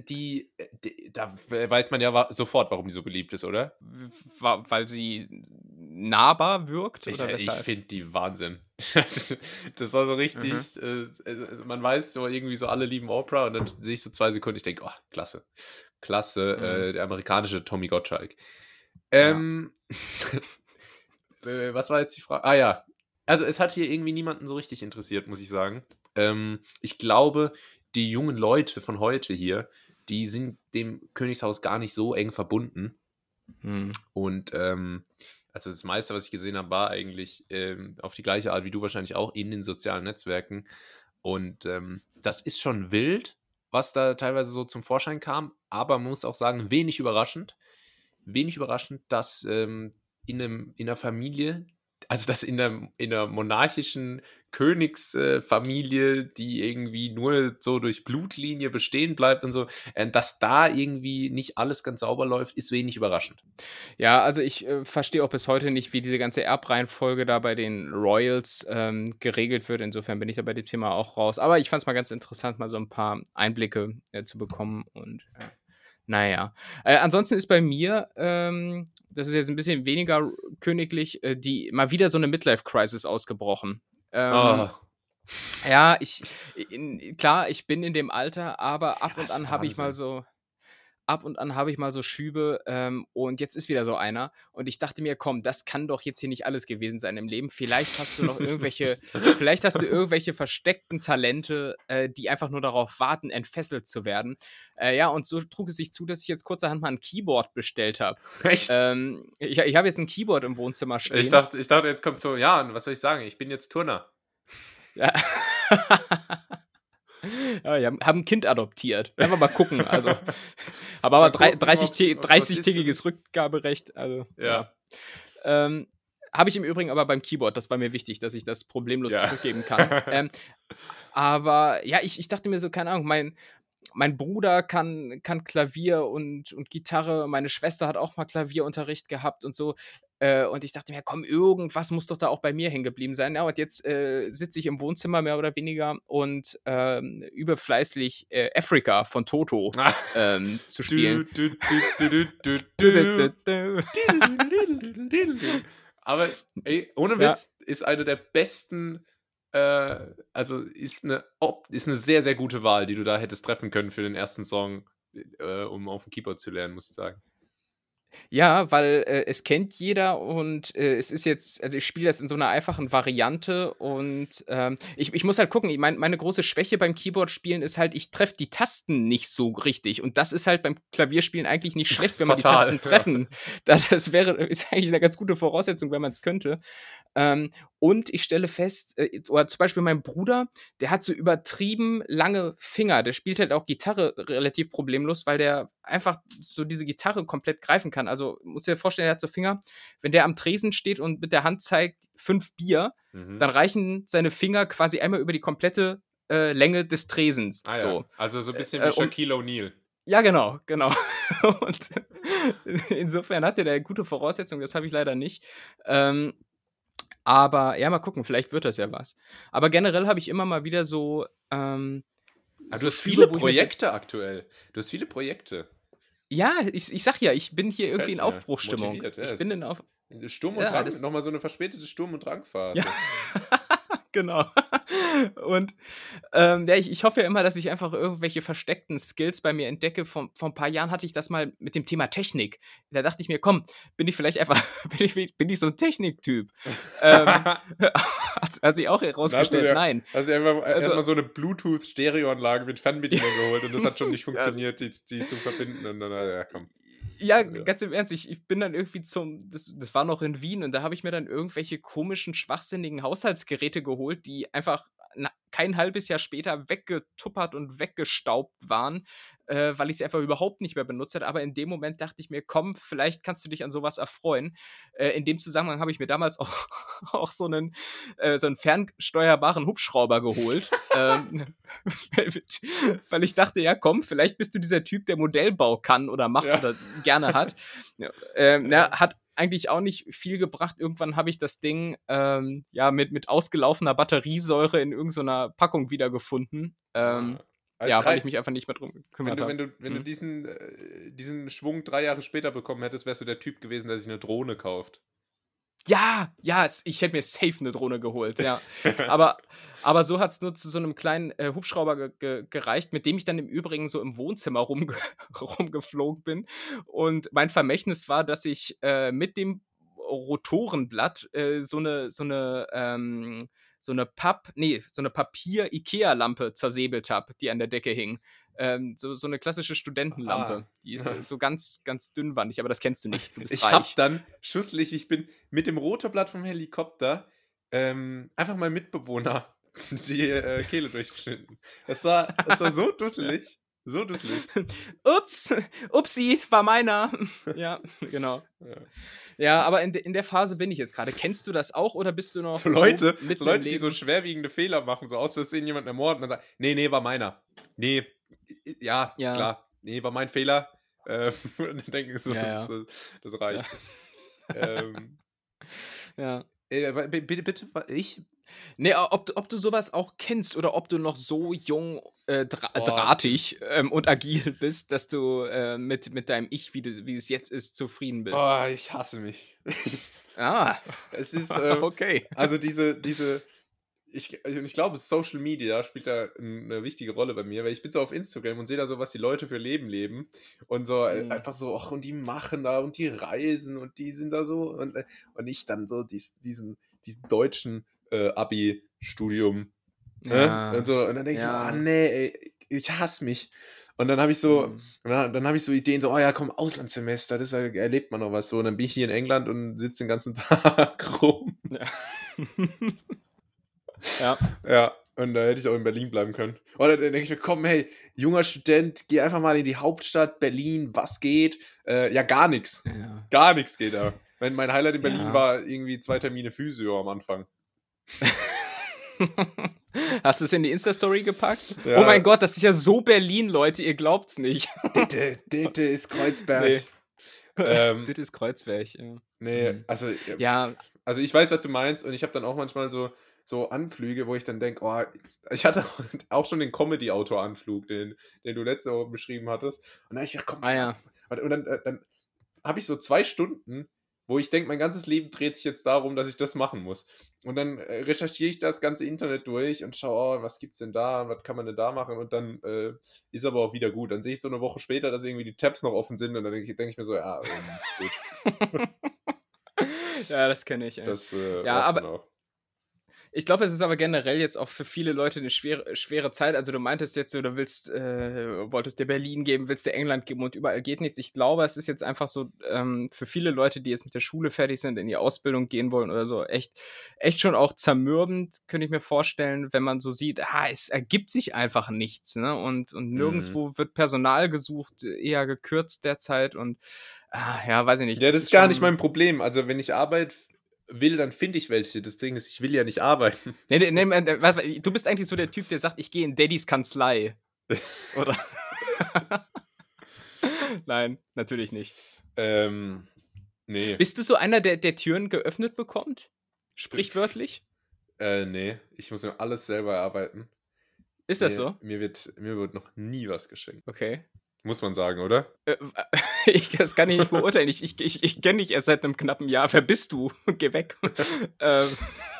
da weiß man ja sofort, warum die so beliebt ist, oder? Weil sie nahbar wirkt? Ich finde die Wahnsinn. Das war so richtig, also man weiß so irgendwie so, alle lieben Oprah und dann sehe ich so 2 Sekunden, ich denke, oh, klasse. Der amerikanische Tommy Gottschalk. Was war jetzt die Frage? Ah ja, also es hat hier irgendwie niemanden so richtig interessiert, muss ich sagen. Ich glaube, die jungen Leute von heute hier, die sind dem Königshaus gar nicht so eng verbunden. Und also das meiste, was ich gesehen habe, war eigentlich auf die gleiche Art wie du wahrscheinlich auch in den sozialen Netzwerken. Und das ist schon wild, was da teilweise so zum Vorschein kam, aber man muss auch sagen, wenig überraschend, dass in einer Familie, also dass in der monarchischen Königsfamilie, die irgendwie nur so durch Blutlinie bestehen bleibt und so, dass da irgendwie nicht alles ganz sauber läuft, ist wenig überraschend. Ja, also ich verstehe auch bis heute nicht, wie diese ganze Erbreihenfolge da bei den Royals geregelt wird. Insofern bin ich da bei dem Thema auch raus. Aber ich fand es mal ganz interessant, mal so ein paar Einblicke zu bekommen und Naja. Ansonsten ist bei mir, das ist jetzt ein bisschen weniger königlich, die mal wieder so eine Midlife-Crisis ausgebrochen. Oh, Ja, klar, ich bin in dem Alter, aber ja, ist Wahnsinn. ab und an habe ich mal so Schübe, und jetzt ist wieder so einer und ich dachte mir: „Komm, das kann doch jetzt hier nicht alles gewesen sein im Leben. Vielleicht hast du irgendwelche versteckten Talente, die einfach nur darauf warten, entfesselt zu werden.“ Ja, und so trug es sich zu, dass ich jetzt kurzerhand mal 'n Keyboard bestellt habe. Echt? Ich habe jetzt 'n Keyboard im Wohnzimmer Ich stehen. dachte, ich dachte, jetzt kommt so, ja, und was soll ich sagen? Ich bin jetzt Turner. Ja. Ja, die haben 'n Kind adoptiert. Einfach mal gucken, also habe aber Mal gucken, ob's was ist für dreißigtägiges mich. Rückgaberecht, also ja. Ja, Ähm, Habe ich im Übrigen aber beim Keyboard, das war mir wichtig, dass ich das problemlos ja. zurückgeben kann. Aber ja, ich dachte mir so, keine Ahnung, mein Bruder kann Klavier und Gitarre, meine Schwester hat auch mal Klavierunterricht gehabt und so. Und ich dachte mir: „Komm, irgendwas muss doch da auch bei mir hängen geblieben sein.“ Ja, und jetzt, sitze ich im Wohnzimmer mehr oder weniger und, übe fleißig, „Africa“ von Toto, zu spielen. Du, du, du, du, du, du, Du, du, du, du. du. Aber ey, ohne Ja. Witz, ist eine der besten, also ist eine sehr, sehr gute Wahl, die du da hättest treffen können für den ersten Song, um auf dem Keyboard zu lernen, muss ich sagen. Ja, weil, es kennt jeder und, es ist jetzt, also, ich spiele das in so einer einfachen Variante und, ich muss halt gucken, meine große Schwäche beim Keyboard-Spielen ist halt, ich treffe die Tasten nicht so richtig und das ist halt beim Klavierspielen eigentlich nicht Das schlecht, ist wenn man die fatal, Tasten ja. treffen. Ist eigentlich eine ganz gute Voraussetzung, wenn man es könnte. Und ich stelle fest, oder zum Beispiel mein Bruder, der hat so übertrieben lange Finger. Der spielt halt auch Gitarre relativ problemlos, weil der einfach so diese Gitarre komplett greifen kann. Also, musst dir vorstellen, der hat so Finger, wenn der am Tresen steht und mit der Hand zeigt: „5 Bier“, Mhm. dann reichen seine Finger quasi einmal über die komplette, Länge des Tresens, Ah ja, so. also so ein bisschen wie Um Shaquille O'Neal. Ja, genau, genau. Und insofern hat er da gute Voraussetzungen, das habe ich leider nicht. Ähm aber ja, mal gucken, vielleicht wird das ja was. Aber generell habe ich immer mal wieder Ah, du so hast viele Schübe, wo ich mir so Projekte aktuell. Du hast viele Projekte. ja, ich sage ja, ich bin hier irgendwie in Gefällt mir. Aufbruchstimmung. Motiviert, ja. Ich Es bin in ist Auf Sturm und ja, Drang, das noch mal so eine verspätete Sturm und ja, Drang-Phase. genau. Und, ja, ich hoffe ja immer, dass ich einfach irgendwelche versteckten Skills bei mir entdecke. Vor 'n paar Jahren hatte ich das mal mit dem Thema Technik. Da dachte ich mir: „Komm, bin ich vielleicht einfach bin ich so 'n Techniktyp?“ Ähm, hat sich auch Und herausgestellt, nein. hast du einfach erst Also, mal so 'ne Bluetooth-Stereoanlage mit Fernbedienung geholt und das hat schon nicht ja. funktioniert, die zu verbinden und dann, ja komm. Ja, Ja. ganz im Ernst, ich bin dann irgendwie das war noch in Wien und da habe ich mir dann irgendwelche komischen, schwachsinnigen Haushaltsgeräte geholt, die einfach kein halbes Jahr später weggetuppert und weggestaubt waren, weil ich sie einfach überhaupt nicht mehr benutzt habe. Aber in dem Moment dachte ich mir: „Komm, vielleicht kannst du dich an sowas erfreuen.“ In dem Zusammenhang habe ich mir damals auch auch so 'n fernsteuerbaren Hubschrauber geholt, weil ich dachte: „Ja, komm, vielleicht bist du dieser Typ, der Modellbau kann oder macht Ja. oder gerne hat.“ Ja, Ja. hat eigentlich auch nicht viel gebracht. Irgendwann habe ich das Ding, ja, mit ausgelaufener Batteriesäure in irgend so 'ner Packung wiedergefunden, Ah. ja, weil ich 3 mich einfach nicht mehr drum wenn gekümmert du habe. wenn du wenn du Mhm. diesen Schwung 3 Jahre später bekommen hättest, wärst du der Typ gewesen, der sich 'ne Drohne kauft. Ja, ja, ich hätte mir safe 'ne Drohne geholt, ja. Aber aber so hat's nur zu so 'nem kleinen, Hubschrauber gereicht, mit dem ich dann im Übrigen so im Wohnzimmer rumgeflogen bin. Und mein Vermächtnis war, dass ich, mit dem Rotorenblatt, so 'ne Papier-IKEA-Lampe zersäbelt habe, die an der Decke hing. So 'ne klassische Ah. Studentenlampe. Die ist, so ganz, ganz dünnwandig, aber das kennst du nicht. Du bist Ich habe reich. dann schusselig ich bin mit dem Rotorblatt vom Helikopter, einfach meinem Mitbewohner die, Kehle durchgeschnitten. Es war so dusselig, so dusselig. Ups, upsi, war meiner. Ja, genau. Ja. Ja, aber in der Phase bin ich jetzt grade. Kennst du das auch oder bist du noch So so Leute so mitten im Leute, die so Leben? schwerwiegende Fehler machen, so aus Versehen jemanden ermorden und dann sagen: „Ne, ne, war meiner. Ne, ja, Ja, klar. Ne, war mein Fehler.“ Und dann denke ich so, ja, ja. das Da reicht. Ähm, ja. bitte, ich? Ne, ob du sowas auch kennst oder ob du noch so jung, Oh, drahtig, und agil bist, dass du, mit deinem Ich, wie es jetzt ist, zufrieden bist. ich hasse mich. Ah, Es ist, okay. also ich glaube, Social Media spielt da 'ne wichtige Rolle bei mir, weil ich bin so auf Instagram und sehe da so, was die Leute für Leben leben und so, Mhm. einfach so: „Ach, und die machen da und die reisen und die sind da so“ und ich dann so diesen deutschen, Abi-Studium, ne? Und Ja, so und dann denke ich mir: „Ah ja. ne, ey, ich hasse mich.“ Und dann habe ich so Mhm. dann habe ich so Ideen, so: „Oh ja, komm, Auslandssemester, das erlebt man noch was so.“ Und dann bin ich hier in England und sitze den ganzen Tag rum. Ja. Ja. Ja, und da hätte ich auch in Berlin bleiben können. Oder dann denke ich mir: „Komm, hey, junger Student, geh einfach mal in die Hauptstadt Berlin, was geht?“ Ja, gar nix. Ja. Gar nix geht da. Mein Highlight in Berlin Ja. war irgendwie 2 Termine Physio am Anfang. Hast du's in die Insta-Story gepackt? Oh Ja, mein Gott, das ist ja so Berlin, Leute, ihr glaubt's nicht. Ditte ist Kreuzberg. Ne, Ähm, das ist Kreuzberg, ja. ne, Mhm. also, Ja, also, ich weiß, was du meinst und ich habe dann auch manchmal so Anflüge, wo ich dann denke: „Oh“, ich hatte auch schon den Comedy-Autor-Anflug, den du letzte Woche beschrieben hattest. Und dann habe ich gedacht: „Komm, ah ja. und dann habe ich so 2 Stunden, wo ich denke, mein ganzes Leben dreht sich jetzt darum, dass ich das machen muss. Und dann, recherchiere ich das ganze Internet durch und schaue: „Oh, was gibt's denn da? Was kann man denn da machen?“ Und dann, ist aber auch wieder gut. Dann sehe ich so eine Woche später, dass irgendwie die Tabs noch offen sind und dann denke ich mir so: „Ja, gut, Ja, das kenne ich, ey. das, Ja, war's dann aber auch.“ ich glaube, es ist aber generell jetzt auch für viele Leute 'ne schwere Zeit. Also, du meintest jetzt so, du wolltest dir Berlin geben, willst dir England geben und überall geht nichts. Ich glaube, es ist jetzt einfach so, für viele Leute, die jetzt mit der Schule fertig sind, in die Ausbildung gehen wollen oder so, echt schon auch zermürbend, könnte ich mir vorstellen, wenn man so sieht, es ergibt sich einfach nichts, ne? Und Mhm. nirgendswo wird Personal gesucht, eher gekürzt derzeit und, ja, weiß ich nicht, Ja, das das ist ist gar nicht schon mein Problem. Also, wenn ich Arbeit will, dann finde ich welche. Das Ding ist, ich will ja nicht arbeiten. ne, du bist eigentlich so der Typ, der sagt: „Ich gehe in Daddys Kanzlei“, oder? Nein, natürlich nicht. Ähm, ne. Bist du so einer, der Türen geöffnet bekommt? Sprichwörtlich? Ne, ich muss mir alles selber erarbeiten. Ist das so? Mir wird noch nie was geschenkt. Okay. Muss man sagen, oder? W das kann ich nicht beurteilen. Ich kenne dich erst seit 'nem knappen Jahr. Wer bist du? Geh weg. Ähm,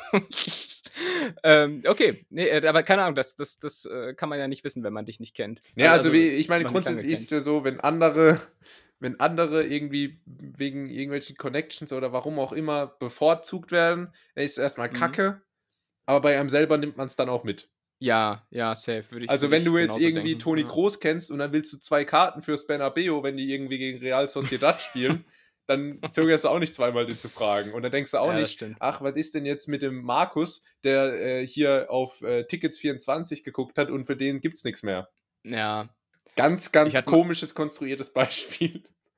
okay. Ne, aber keine Ahnung, das kann man ja nicht wissen, wenn man dich nicht kennt. Ja, also Also, wie ich meine, noch nicht lange grundsätzlich ist es kennt. ja so, wenn andere irgendwie wegen irgendwelchen Connections oder warum auch immer bevorzugt werden, dann ist es erst mal Mhm. Kacke, aber bei einem selber nimmt man's dann auch mit. Ja, ja, safe. Also, Würde wenn ich du jetzt genauso irgendwie denken, Toni ja. Kroos kennst und dann willst du 2 Karten fürs Bernabéu, wenn die irgendwie gegen Real Sociedad spielen, dann zögerst du auch nicht zweimal, den zu fragen. Und dann denkst du auch Ja, das nicht: stimmt. „Ach, was ist denn jetzt mit dem Markus, der, hier auf, Tickets24 geguckt hat und für den gibt's nix mehr?“ Ja. Ganz, Ich ganz hatte mal komisches, konstruiertes Beispiel.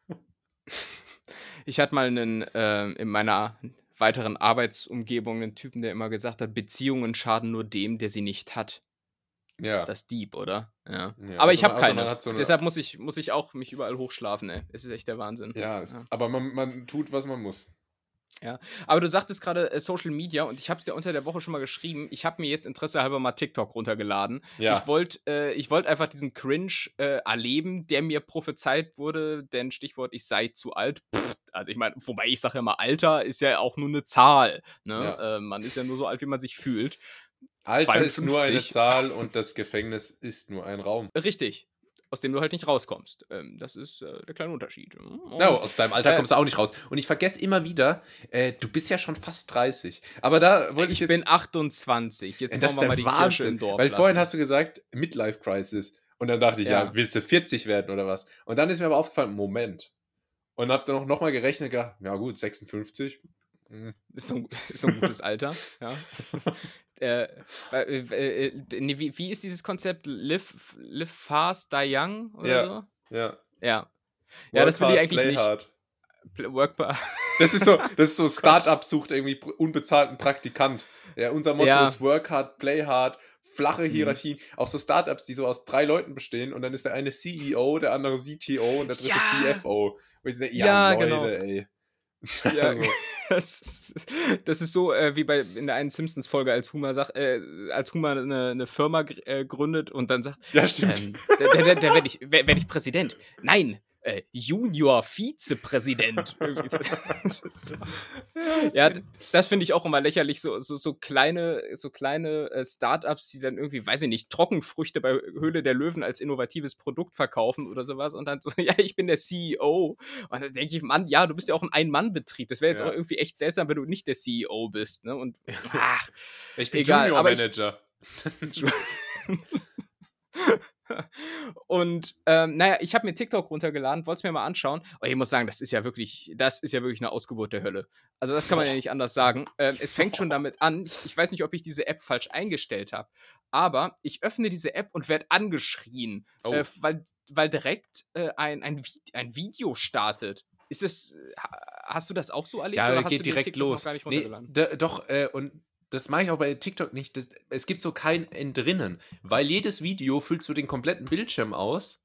Ich hatte mal einen in meiner weiteren Arbeitsumgebung einen Typen, der immer gesagt hat: „Beziehungen schaden nur dem, der sie nicht hat.“ Ja, Das ist deep, oder? Ja. ja, Aber ich habe außer man keine. hat so 'ne Deshalb muss ich auch mich überall hochschlafen, ey. Es ist echt der Wahnsinn. ja, Ja. aber man tut, was man muss. Ja. Aber du sagtest gerade Social Media und ich habe es dir unter der Woche schon mal geschrieben. Ich habe mir jetzt interessehalber mal TikTok runtergeladen. Ja, Ich wollte einfach diesen Cringe, erleben, der mir prophezeit wurde, denn Stichwort: „Ich sei zu alt.“ Also, ich meine, wobei ich sage ja mal, Alter ist ja auch nur eine Zahl, ne? ja. Man ist ja nur so alt, wie man sich fühlt. Alter ist nur eine 52. Zahl und das Gefängnis ist nur ein Raum. Richtig, aus dem du halt nicht rauskommst. Das ist, der kleine Unterschied. Ja, Und, aus deinem Alter äh, kommst du auch nicht raus. Und ich vergesse immer wieder, du bist ja schon fast 30. Aber da wollte ich ich jetzt bin 28. Jetzt das wollen ist wir mal der die Kirsche Wahnsinn, im Dorf weil vorhin lassen. hast du gesagt, Midlife Crisis. Und dann dachte ich: „Ja, Ja. willst du 40 werden oder was?“ Und dann ist mir aber aufgefallen: „Moment.“ Und habe dann auch noch mal gerechnet, gedacht: „Ja gut, 56, hm.“ Ist so 'n gutes Alter, ja. Äh, ne, wie ist dieses Konzept? Live fast, die young oder Ja, so? ja. Ja. Ja, Work das will ich hard, eigentlich play nicht. hard. Work Das ist so Oh Gott. Start-up sucht irgendwie unbezahlten Praktikant. Ja, unser Motto Ja, ist Work hard, play hard, flache mhm. Hierarchien. Auch so Startups, die so aus 3 Leuten bestehen und dann ist der eine CEO, der andere CTO und der dritte Ja, CFO. Wo ich so denke: „Ja, ja, genau. Leute, ey.“ Ja, Also, das das ist so, wie in der einen Simpsons-Folge, als Homer sagt als Homer 'ne Firma gründet und dann sagt, ja, stimmt. „Da werde ich Präsident. Nein, Junior Vizepräsident." Irgendwie das. Ja, ist Ja, das finde ich auch immer lächerlich, so kleine Start-ups, die dann irgendwie, weiß ich nicht, Trockenfrüchte bei Höhle der Löwen als innovatives Produkt verkaufen oder sowas und dann so: „Ja, ich bin der CEO." Und dann denke ich: „Mann, ja, du bist ja auch 'n Ein-Mann-Betrieb." Das wäre jetzt auch ja. irgendwie echt seltsam, wenn du nicht der CEO bist, ne? Und ach, Ich bin egal, Junior aber ich Manager. und, na ja, ich habe mir TikTok runtergeladen, wollte es mir mal anschauen. Und ich muss sagen, das ist ja wirklich 'ne Ausgeburt der Hölle. Also, das kann man ja Boah. nicht anders sagen. Es fängt schon damit an, ich weiß nicht, ob ich diese App falsch eingestellt habe, aber ich öffne diese App und werde angeschrien, Oh. weil direkt, ein Video startet. Ist das hast du das auch so erlebt Ja, oder hast du geht dir direkt TikTok noch los. gar nicht Ne, runtergeladen? doch, und das mache ich auch bei TikTok nicht. Es gibt so kein Entrinnen, weil jedes Video füllt so den kompletten Bildschirm aus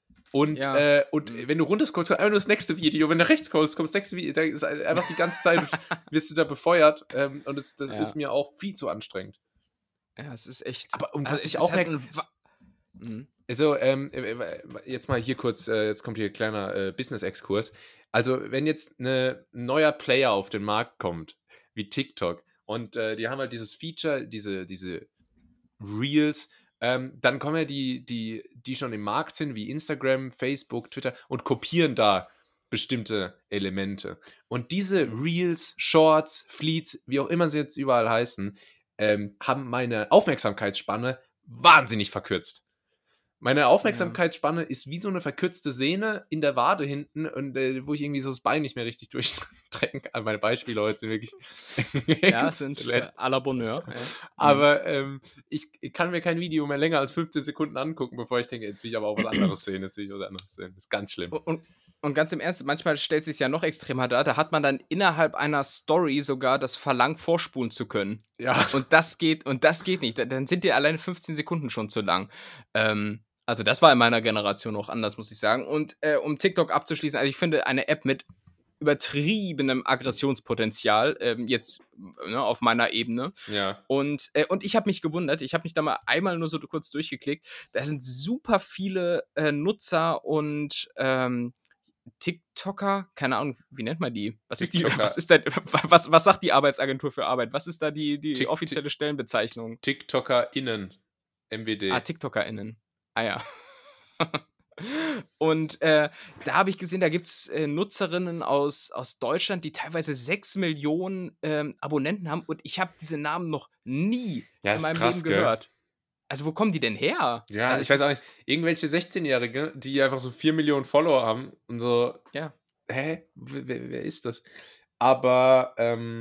Ja. und Mhm. wenn du runterscrollst, kommt einfach nur das nächste Video. Wenn du rechts scrollst, kommt das nächste Video. Da ist einfach die ganze Zeit wirst du da befeuert, und das ist Ja. mir auch viel zu anstrengend. Ja, es ist echt Aber und also, was es ich ist auch halt merke, 'n Wa mhm. also, jetzt mal hier kurz, jetzt kommt hier 'n kleiner, Business-Exkurs. Also, wenn jetzt 'n neuer Player auf den Markt kommt, wie TikTok, und, die haben halt dieses Feature, diese Reels, dann kommen ja die schon im Markt sind, wie Instagram, Facebook, Twitter, und kopieren da bestimmte Elemente. Und diese Mhm. Reels, Shorts, Fleets, wie auch immer sie jetzt überall heißen, haben meine Aufmerksamkeitsspanne wahnsinnig verkürzt. Meine Ja. Aufmerksamkeitsspanne ist wie so 'ne verkürzte Sehne in der Wade hinten, und, wo ich irgendwie so das Bein nicht mehr richtig durchstrecken kann. Meine Beispiele heute sind wirklich Ja, es sind, exzellent. à la Bonheur, ja. Mhm. Aber, ich kann mir kein Video mehr länger als 15 Sekunden angucken, bevor ich denke: „Jetzt will ich aber auch was anderes sehen, jetzt will ich was anderes sehen." Das ist ganz schlimm. U und ganz im Ernst, manchmal stellt sich's ja noch extremer dar, da hat man dann innerhalb einer Story sogar das Verlangen, vorspulen zu können. Ja. Und das geht nicht. Dann sind dir alleine 15 Sekunden schon zu lang. Also, das war in meiner Generation noch anders, muss ich sagen. Und, um TikTok abzuschließen, also, ich finde eine App mit übertriebenem Aggressionspotenzial, jetzt, ne, auf meiner Ebene. Ja. Und ich habe mich gewundert, ich habe mich da mal einmal nur so kurz durchgeklickt. Da sind super viele, Nutzer und, TikToker, keine Ahnung, wie nennt man die? Was TikToker ist denn was sagt die Arbeitsagentur für Arbeit? Was ist da die Tik Tik offizielle Stellenbezeichnung? TikTokerinnen, Ah, MWD. TikTokerInnen. Ah ja. Und, da habe ich gesehen, da gibt's, Nutzerinnen aus Deutschland, die teilweise 6 Millionen Abonnenten haben und ich habe diese Namen noch nie Ja, in ist meinem Leben krass, gell? gehört. Also, wo kommen die denn her? Ja, ich Es weiß auch nicht, ist irgendwelche 16-Jährige, die einfach so 4 Millionen Follower haben und so. ja. Hä? Wer ist das? Aber,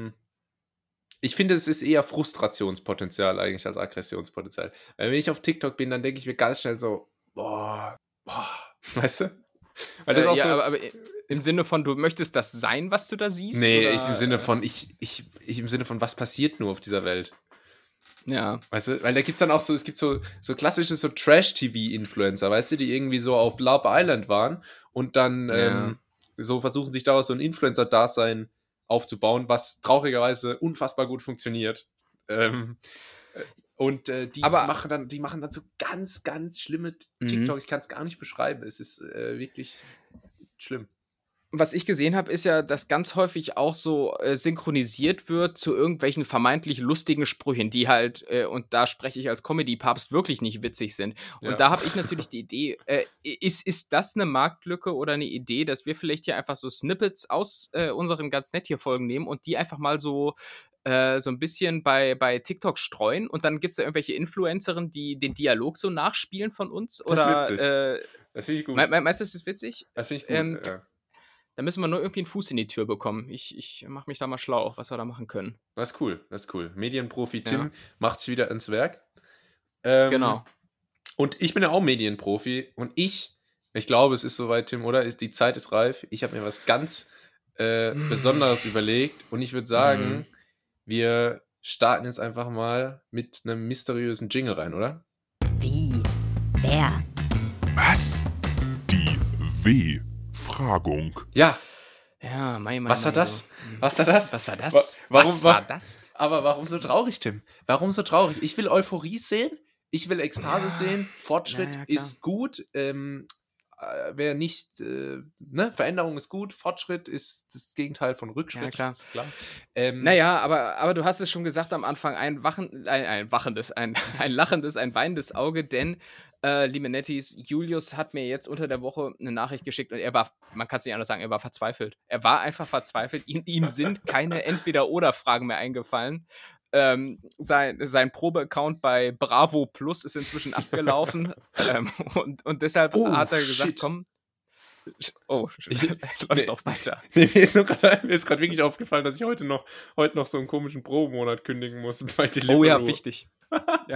ich finde, es ist eher Frustrationspotenzial eigentlich als Aggressionspotenzial. Weil wenn ich auf TikTok bin, dann denke ich mir ganz schnell so: „Boah, boah", weißt du? Weil das auch Ja, so aber im es Sinne von, du möchtest das sein, was du da siehst, ne, ich im Sinne oder, von ich im Sinne von: „Was passiert nur auf dieser Welt?" ja, Weißt du? Weil da gibt's dann auch so, es gibt so klassische so Trash-TV-Influencer, weißt du, die irgendwie so auf Love Island waren und dann, ja. so versuchen, sich daraus so 'n Influencer-Dasein aufzubauen, was traurigerweise unfassbar gut funktioniert. Ähm, und, die Aber machen dann so ganz, ganz schlimme mhm. TikToks. Ich kann's gar nicht beschreiben. Es ist, wirklich schlimm. Was ich gesehen habe, ist ja, dass ganz häufig auch so, synchronisiert wird zu irgendwelchen vermeintlich lustigen Sprüchen, die halt, und da spreche ich als Comedy-Papst, wirklich nicht witzig sind. Und Ja. da habe ich natürlich die Idee, ist das eine Marktlücke oder eine Idee, dass wir vielleicht hier einfach so Snippets aus, unseren ganz nett hier Folgen nehmen und die einfach mal so ein bisschen bei TikTok streuen und dann gibt's da irgendwelche Influencerinnen, die den Dialog so nachspielen von uns Das ist witzig. oder, Das finde ich gut. meinst du, das ist witzig? Das finde ich gut, Ähm ja. Da müssen wir nur irgendwie 'n Fuß in die Tür bekommen. Ich mache mich da mal schlau, was wir da machen können. Das ist cool, das ist cool. Medienprofi Tim Ja, macht sich wieder ans Werk. Ähm, genau. und ich bin ja auch Medienprofi, und ich glaube, es ist soweit, Tim, oder? Die Zeit ist reif. Ich habe mir was ganz, Besonderes überlegt, und ich würde Mhm. sagen, wir starten jetzt einfach mal mit einem mysteriösen Jingle rein, oder? Wie? Wer? Was? Die W-Fragung. Ja, Ja, Was war das? Was war das? Was war das? Warum war das? Aber warum so traurig, Tim? Warum so traurig? Ich will Euphorie sehen, ich will Ekstase Ja, sehen, Fortschritt ja, klar. ist gut, wer nicht, Veränderung ist gut, Fortschritt ist das Gegenteil von Rückschritt. Ja, klar. Ist klar. Naja, aber du hast es schon gesagt am Anfang, ein lachendes, ein weinendes Auge, denn, liebe Netties, Julius hat mir jetzt unter der Woche eine Nachricht geschickt und man kann es nicht anders sagen, er war verzweifelt. Er war einfach verzweifelt. Ihm sind keine Entweder-Oder-Fragen mehr eingefallen. Sein Probe-Account bei Bravo Plus ist inzwischen abgelaufen. Und deshalb hat er gesagt, shit. komm. Oh, läuft doch weiter. Mir ist gerade wirklich aufgefallen, dass ich heute noch so einen komischen Probemonat kündigen muss bei Deliveroo. Oh ja, wichtig. Ja.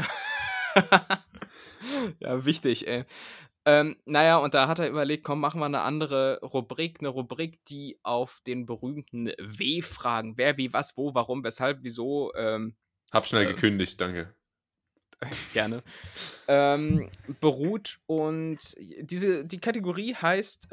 Ja, wichtig, ey. Naja, und da hat er überlegt, komm, machen wir eine andere Rubrik. Eine Rubrik, die auf den berühmten W-Fragen, wer, wie, was, wo, warum, weshalb, wieso, Hab schnell gekündigt, danke. gerne, beruht. Und die Kategorie heißt,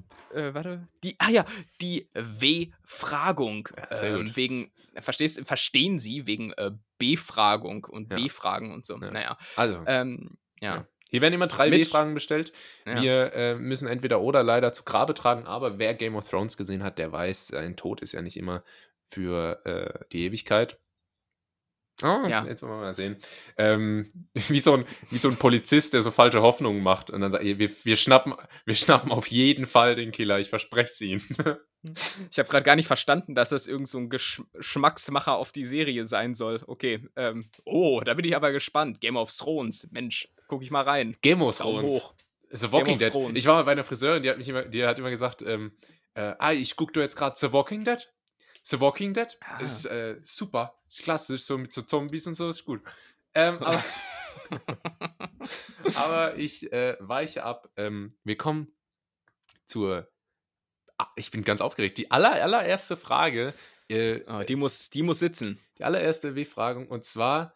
die W-Fragung. Sehr gut. Verstehen Sie, wegen Befragung und Ja. W-Fragen und so. Ja. Naja. Also, Ja. hier werden immer 3 Mit- W-Fragen bestellt. Ja. Wir müssen entweder oder leider zu Grabe tragen, aber wer Game of Thrones gesehen hat, der weiß, ein Tod ist ja nicht immer für die Ewigkeit. Oh, Ja. jetzt wollen wir mal sehen. Wie so ein Polizist, der so falsche Hoffnungen macht und dann sagt, wir schnappen auf jeden Fall den Killer, ich verspreche es Ihnen. Ich habe gerade gar nicht verstanden, dass das irgend so ein Geschmacksmacher auf die Serie sein soll. Okay, da bin ich aber gespannt. Game of Thrones, Mensch, guck ich mal rein. Game of Daumen Thrones. hoch. The Walking Game of Dead. Thrones. Ich war mal bei einer Friseurin, die hat immer gesagt, ich gucke du jetzt gerade The Walking Dead. The Walking Dead ist super, ist klasse, ist so mit so Zombies und so, ist gut. Aber ich weiche ab. Wir kommen zur. Ich bin ganz aufgeregt. Die allererste Frage. Die muss sitzen. Die allererste W-Fragung. Und zwar,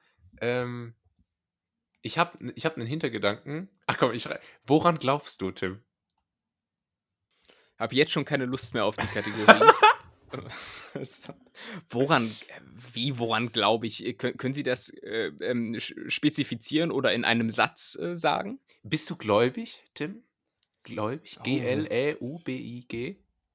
ich hab einen Hintergedanken. Ach komm, woran glaubst du, Tim? Hab jetzt schon keine Lust mehr auf die Kategorie. Woran glaube ich? Können Sie das spezifizieren oder in einem Satz sagen? Bist du gläubig, Tim? Gläubig? Oh. G-L-E-U-B-I-G?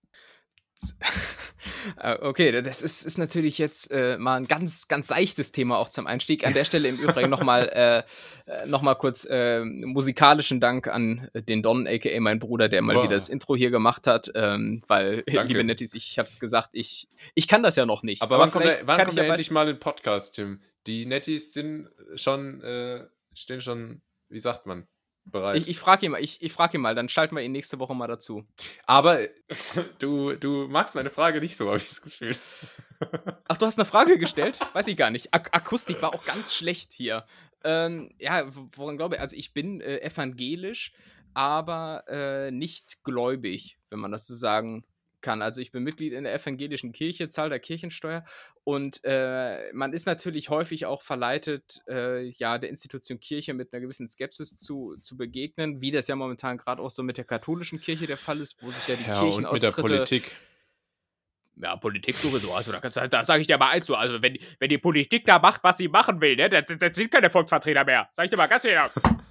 Okay, das ist natürlich jetzt mal ein ganz, ganz seichtes Thema auch zum Einstieg. An der Stelle im Übrigen nochmal kurz musikalischen Dank an den Don, a.k.a. mein Bruder, der mal wieder das Intro hier gemacht hat, weil, Danke. liebe Nettis, ich hab's gesagt, ich kann das ja noch nicht. Aber wann kommt vielleicht er kann ich ja endlich mal in den Podcast, Tim? Die Netties sind stehen schon, wie sagt man, bereit. Ich frage ihn mal, dann schalten wir ihn nächste Woche mal dazu. Aber du magst meine Frage nicht so, habe ich das Gefühl. Ach, du hast eine Frage gestellt? Weiß ich gar nicht. Akustik war auch ganz schlecht hier. Woran glaube ich? Also ich bin evangelisch, aber nicht gläubig, wenn man das so sagen kann. Also ich bin Mitglied in der evangelischen Kirche, zahle da Kirchensteuer und man ist natürlich häufig auch verleitet, der Institution Kirche mit einer gewissen Skepsis zu begegnen, wie das ja momentan gerade auch so mit der katholischen Kirche der Fall ist, wo sich ja die Kirchenaustritte... Und mit der Politik. Ja, Politik sowieso. Also da sage ich dir mal eins, also wenn die Politik da macht, was sie machen will, ne, das sind keine Volksvertreter mehr. Sag ich dir mal ganz genau.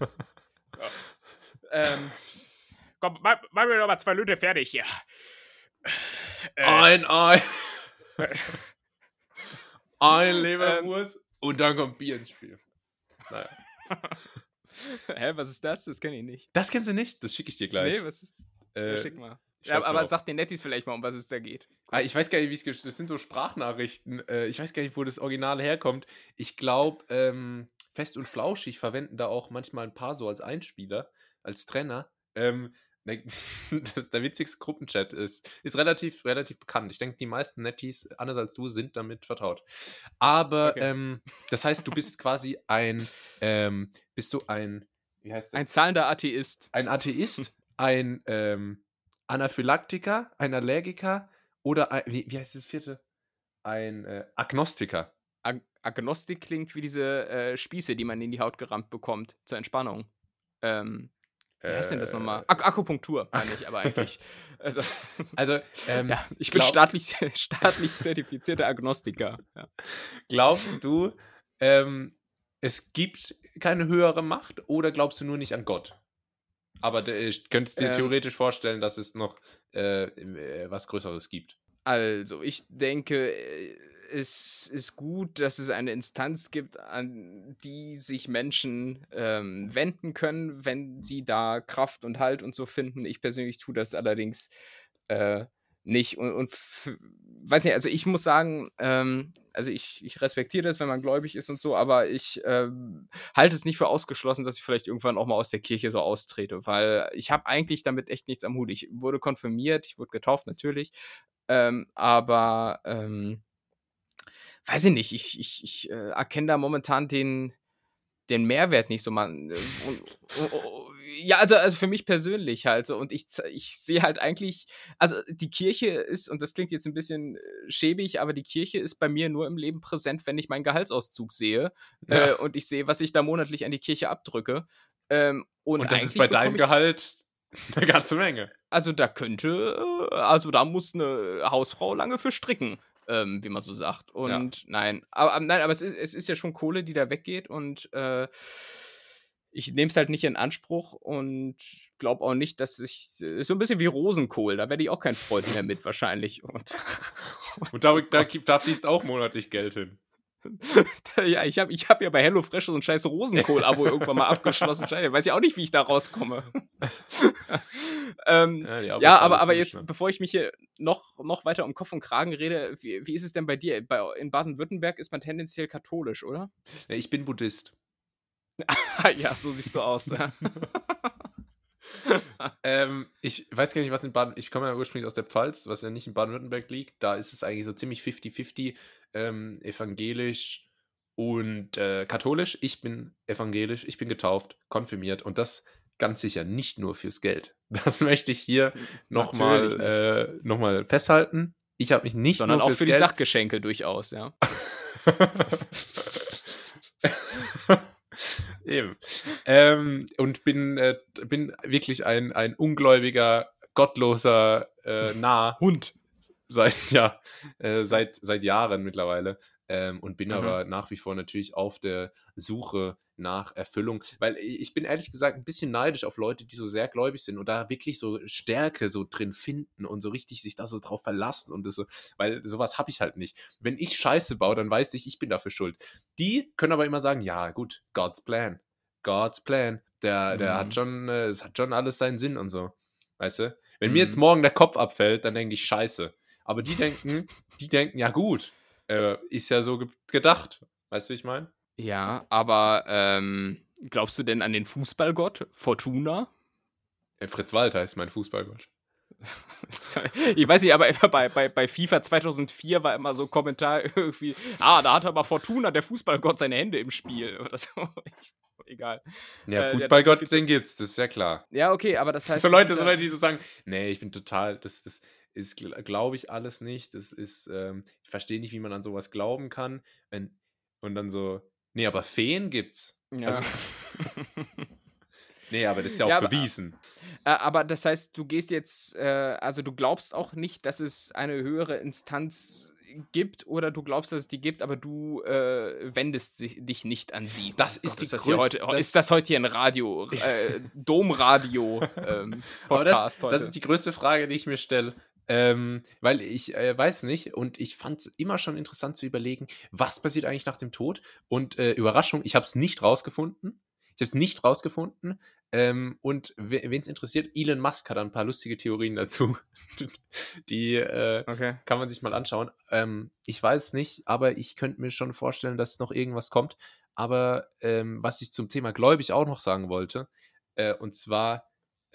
Komm, mach mir noch mal 2 Lüte fertig hier. Ein Leberwurst und dann kommt Bier ins Spiel. Naja. Hä, was ist das? Das kenne ich nicht. Das kennst du nicht? Das schicke ich dir gleich. Nee, was ist... Schick mal. schreib's Aber mal auf. sag den Nettis vielleicht mal, um was es da geht. Ich weiß gar nicht, das sind so Sprachnachrichten. Ich weiß gar nicht, wo das Original herkommt. Ich glaube, Fest und Flauschig verwenden da auch manchmal ein paar so als Einspieler, als Trainer. Der witzigste Gruppenchat ist relativ bekannt. Ich denke, die meisten Netties, anders als du, sind damit vertraut. Aber Okay. das heißt, du bist quasi wie heißt das? Ein zahlender Atheist. Ein Atheist, ein Anaphylaktiker, ein Allergiker oder wie heißt das vierte? Ein Agnostiker. Agnostik klingt wie diese Spieße, die man in die Haut gerammt bekommt zur Entspannung. Wie heißt denn das nochmal? Akupunktur, meine ich aber eigentlich. Also, Also, ja, ich bin staatlich zertifizierter Agnostiker. Ja. glaubst du, es gibt keine höhere Macht oder glaubst du nur nicht an Gott? Aber könntest dir theoretisch vorstellen, dass es noch was Größeres gibt? Also, ich denke, es ist gut, dass es eine Instanz gibt, an die sich Menschen wenden können, wenn sie da Kraft und Halt und so finden. Ich persönlich tue das allerdings nicht. Weiß nicht, also ich muss sagen, also ich respektiere das, wenn man gläubig ist und so, aber ich halte es nicht für ausgeschlossen, dass ich vielleicht irgendwann auch mal aus der Kirche so austrete, weil ich habe eigentlich damit echt nichts am Hut. Ich wurde konfirmiert, ich wurde getauft natürlich, aber weiß ich nicht, ich erkenne da momentan den Mehrwert nicht so, man. Ja, also für mich persönlich halt so. Und ich sehe halt eigentlich, also die Kirche ist, und das klingt jetzt ein bisschen schäbig, aber die Kirche ist bei mir nur im Leben präsent, wenn ich meinen Gehaltsauszug sehe und ich sehe, was ich da monatlich an die Kirche abdrücke. Und das ist bei deinem Gehalt eine ganze Menge. Also da muss eine Hausfrau lange für stricken, wie man so sagt. Und nein, aber es ist ja schon Kohle, die da weggeht und ich nehme es halt nicht in Anspruch und glaube auch nicht, dass ich so ein bisschen wie Rosenkohl, da werde ich auch kein Freund mehr mit wahrscheinlich. Und da fließt auch monatlich Geld hin. ja, ich hab ja bei HelloFresh so ein scheiß Rosenkohl-Abo irgendwann mal abgeschlossen. Weiß ich auch nicht, wie ich da rauskomme. Aber jetzt, bevor ich mich hier noch weiter um Kopf und Kragen rede, wie ist es denn bei dir? In Baden-Württemberg ist man tendenziell katholisch, oder? Ja, ich bin Buddhist. Ja, so siehst du aus. Ja. Ich weiß gar nicht, was in Baden... Ich komme ja ursprünglich aus der Pfalz, was ja nicht in Baden-Württemberg liegt. Da ist es eigentlich so ziemlich 50-50, evangelisch und katholisch. Ich bin evangelisch, ich bin getauft, konfirmiert und das ganz sicher nicht nur fürs Geld. Das möchte ich hier nochmal festhalten. Ich habe mich nicht sondern nur fürs auch für Geld. Die Sachgeschenke durchaus, ja. Eben. Und bin wirklich ein ungläubiger, gottloser Hund. Seit Jahren mittlerweile. Und bin aber nach wie vor natürlich auf der Suche nach Erfüllung. Weil ich bin ehrlich gesagt ein bisschen neidisch auf Leute, die so sehr gläubig sind und da wirklich so Stärke so drin finden und so richtig sich da so drauf verlassen und das so, weil sowas habe ich halt nicht. Wenn ich Scheiße baue, dann weiß ich bin dafür schuld. Die können aber immer sagen, ja gut, God's Plan. God's Plan. Der hat schon, es hat schon alles seinen Sinn und so. Weißt du? Wenn mir jetzt morgen der Kopf abfällt, dann denke ich Scheiße. Aber die denken, ja gut, ist ja so gedacht. Weißt du, wie ich meine? Ja, aber glaubst du denn an den Fußballgott? Fortuna? Fritz Walter ist mein Fußballgott. Ich weiß nicht, aber bei FIFA 2004 war immer so ein Kommentar irgendwie, da hat aber Fortuna, der Fußballgott, seine Hände im Spiel. Oder so. Egal. Ja, Fußballgott, den gibt's, das ist ja klar. Ja, okay, aber das heißt... So Leute, die so sagen, nee, ich bin total, das ist, glaube ich, alles nicht. Das ist, ich verstehe nicht, wie man an sowas glauben kann. Und dann so, nee, aber Feen gibt's. Ja. Also, nee, aber das ist ja auch bewiesen. Aber das heißt, du gehst jetzt, also du glaubst auch nicht, dass es eine höhere Instanz gibt oder du glaubst, dass es die gibt, aber du wendest dich nicht an sie. Das ist die größte... Ist das heute hier ein Radio, Domradio Podcast heute? Das ist die größte Frage, die ich mir stelle. Weil ich weiß nicht und ich fand es immer schon interessant zu überlegen, was passiert eigentlich nach dem Tod und Überraschung, ich habe es nicht rausgefunden. Und wen es interessiert, Elon Musk hat ein paar lustige Theorien dazu. Die kann man sich mal anschauen. Ich weiß es nicht, aber ich könnte mir schon vorstellen, dass noch irgendwas kommt. Aber was ich zum Thema gläubig auch noch sagen wollte, und zwar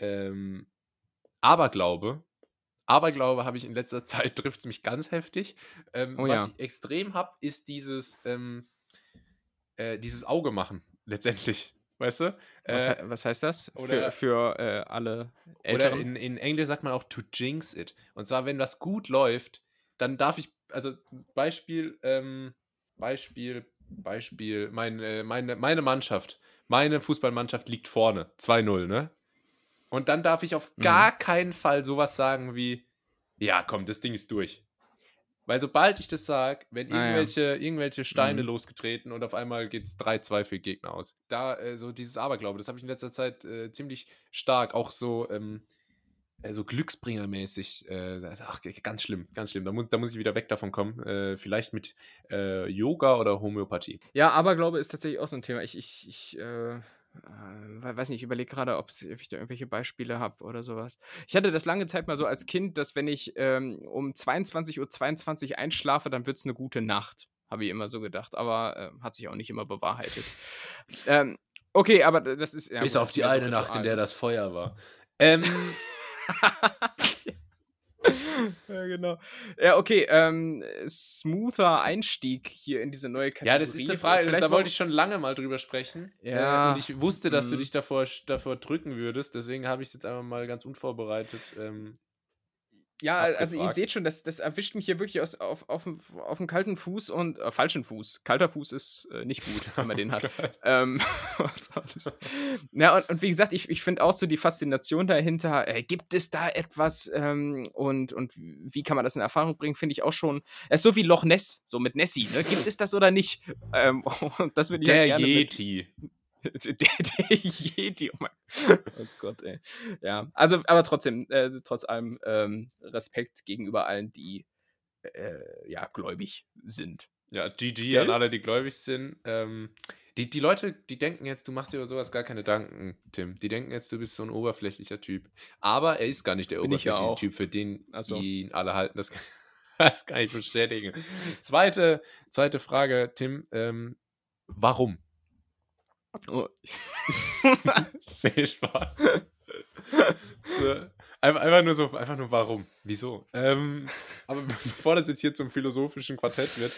Aberglaube habe ich in letzter Zeit, trifft es mich ganz heftig. Was ich extrem habe, ist dieses Auge machen, letztendlich. Weißt du? Was heißt das? Für alle Älteren? Oder in Englisch sagt man auch to jinx it. Und zwar, wenn das gut läuft, dann darf ich, also Beispiel, meine Mannschaft, meine Fußballmannschaft liegt vorne, 2-0, ne? Und dann darf ich auf gar keinen Fall sowas sagen wie, ja, komm, das Ding ist durch. Weil sobald ich das sage, werden irgendwelche Steine losgetreten und auf einmal geht es 3-2 für Gegner aus. Da, so dieses Aberglaube, das habe ich in letzter Zeit ziemlich stark, auch so Glücksbringermäßig. Ganz schlimm, ganz schlimm. Da muss ich wieder weg davon kommen. Vielleicht mit Yoga oder Homöopathie. Ja, Aberglaube ist tatsächlich auch so ein Thema. Ich weiß nicht, ich überlege gerade, ob ich da irgendwelche Beispiele habe oder sowas. Ich hatte das lange Zeit mal so als Kind, dass wenn ich um 22:22 Uhr einschlafe, dann wird es eine gute Nacht. Habe ich immer so gedacht, aber hat sich auch nicht immer bewahrheitet. Okay, aber das ist... Ja, bis gut, auf die eine Nacht, in der das Feuer war. Ja, genau. Ja, okay, smoother Einstieg hier in diese neue Kategorie. Ja, das ist eine Frage, da wollte ich schon lange mal drüber sprechen. Ja. Und ich wusste, dass du dich davor drücken würdest, deswegen habe ich es jetzt einfach mal ganz unvorbereitet Ja, also ihr abgefragt. seht schon, das erwischt mich hier wirklich auf dem kalten Fuß und falschen Fuß. Kalter Fuß ist nicht gut, wenn man den hat. Ja, und wie gesagt, ich finde auch so die Faszination dahinter, gibt es da etwas und wie kann man das in Erfahrung bringen, finde ich auch schon, es ist so wie Loch Ness, so mit Nessie, ne? Gibt es das oder nicht? Und das würde ich Der halt gerne Yeti. Der Yeti, oh Gott, ey. Ja, also, aber trotzdem, trotz allem Respekt gegenüber allen, die gläubig sind. Ja, GG an alle, die gläubig sind. Die Leute, die denken jetzt, du machst dir über sowas gar keine Gedanken, Tim. Die denken jetzt, du bist so ein oberflächlicher Typ. Aber er ist gar nicht der oberflächliche Typ, für den ihn alle halten. Das kann ich bestätigen. Zweite Frage, Tim. Warum? Oh. Nee, Spaß. So, einfach nur warum. Wieso? Aber bevor das jetzt hier zum philosophischen Quartett wird,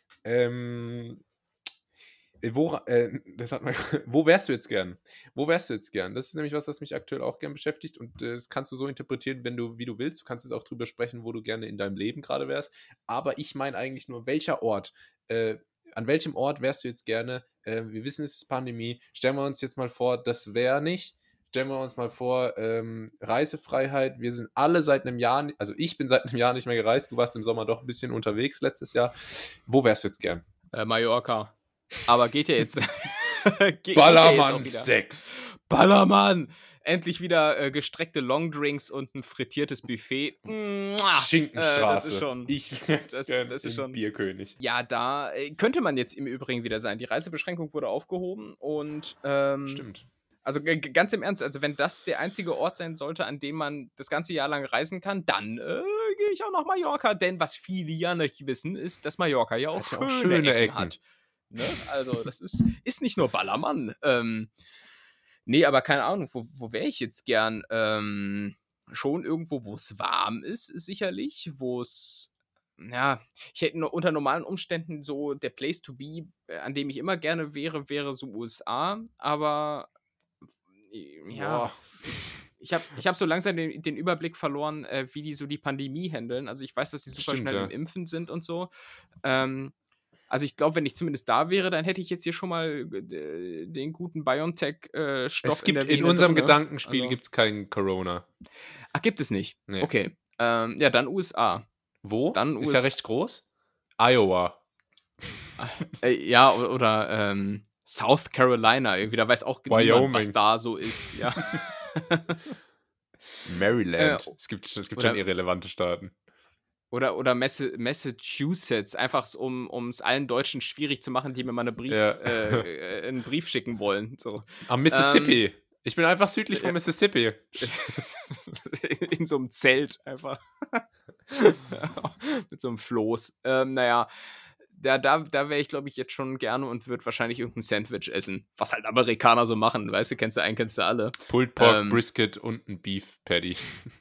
wo wärst du jetzt gern? Wo wärst du jetzt gern? Das ist nämlich was mich aktuell auch gern beschäftigt und das kannst du so interpretieren, wie du willst. Du kannst jetzt auch drüber sprechen, wo du gerne in deinem Leben gerade wärst. Aber ich meine eigentlich nur, welcher Ort? An welchem Ort wärst du jetzt gerne? Wir wissen, es ist Pandemie. Stellen wir uns jetzt mal vor, das wäre nicht. Stellen wir uns mal vor, Reisefreiheit. Wir sind alle seit einem Jahr, also ich bin seit einem Jahr nicht mehr gereist. Du warst im Sommer doch ein bisschen unterwegs letztes Jahr. Wo wärst du jetzt gern? Mallorca. Aber geht ja jetzt. Ballermann 6. Ballermann! Endlich wieder gestreckte Longdrinks und ein frittiertes Buffet. Schinkenstraße. Das ist schon. Das ist schon Bierkönig. Ja, da könnte man jetzt im Übrigen wieder sein. Die Reisebeschränkung wurde aufgehoben und. Stimmt. Also ganz im Ernst, also wenn das der einzige Ort sein sollte, an dem man das ganze Jahr lang reisen kann, dann gehe ich auch nach Mallorca. Denn was viele ja nicht wissen, ist, dass Mallorca ja auch schöne Ecken hat. Ne? Also das ist nicht nur Ballermann. Nee, aber keine Ahnung, wo wäre ich jetzt gern? Schon irgendwo, wo es warm ist, sicherlich. Wo es, ja, ich hätte nur unter normalen Umständen so der Place to be, an dem ich immer gerne wäre so USA. Aber ja, ich hab so langsam den Überblick verloren, wie die so die Pandemie handeln. Also ich weiß, dass die super schnell im Impfen sind und so. Also ich glaube, wenn ich zumindest da wäre, dann hätte ich jetzt hier schon mal den guten BioNTech-Stoff in der Vene. In unserem Gedankenspiel gibt es kein Corona. Ach, gibt es nicht? Nee. Okay. Ja, dann USA. Wo? Dann ist ja recht groß. Iowa. Ja, oder South Carolina irgendwie. Da weiß auch niemand, was da so ist. Ja. Maryland. Es gibt schon irrelevante Staaten. Oder Massachusetts, einfach um es allen Deutschen schwierig zu machen, die mir mal einen Brief schicken wollen. So. Am Mississippi. Ich bin einfach südlich von Mississippi. In so einem Zelt einfach. Mit so einem Floß. Naja, da wäre ich, glaube ich, jetzt schon gerne und würde wahrscheinlich irgendein Sandwich essen. Was halt Amerikaner so machen, weißt du, kennst du alle. Pulled Pork, Brisket und ein Beef Patty.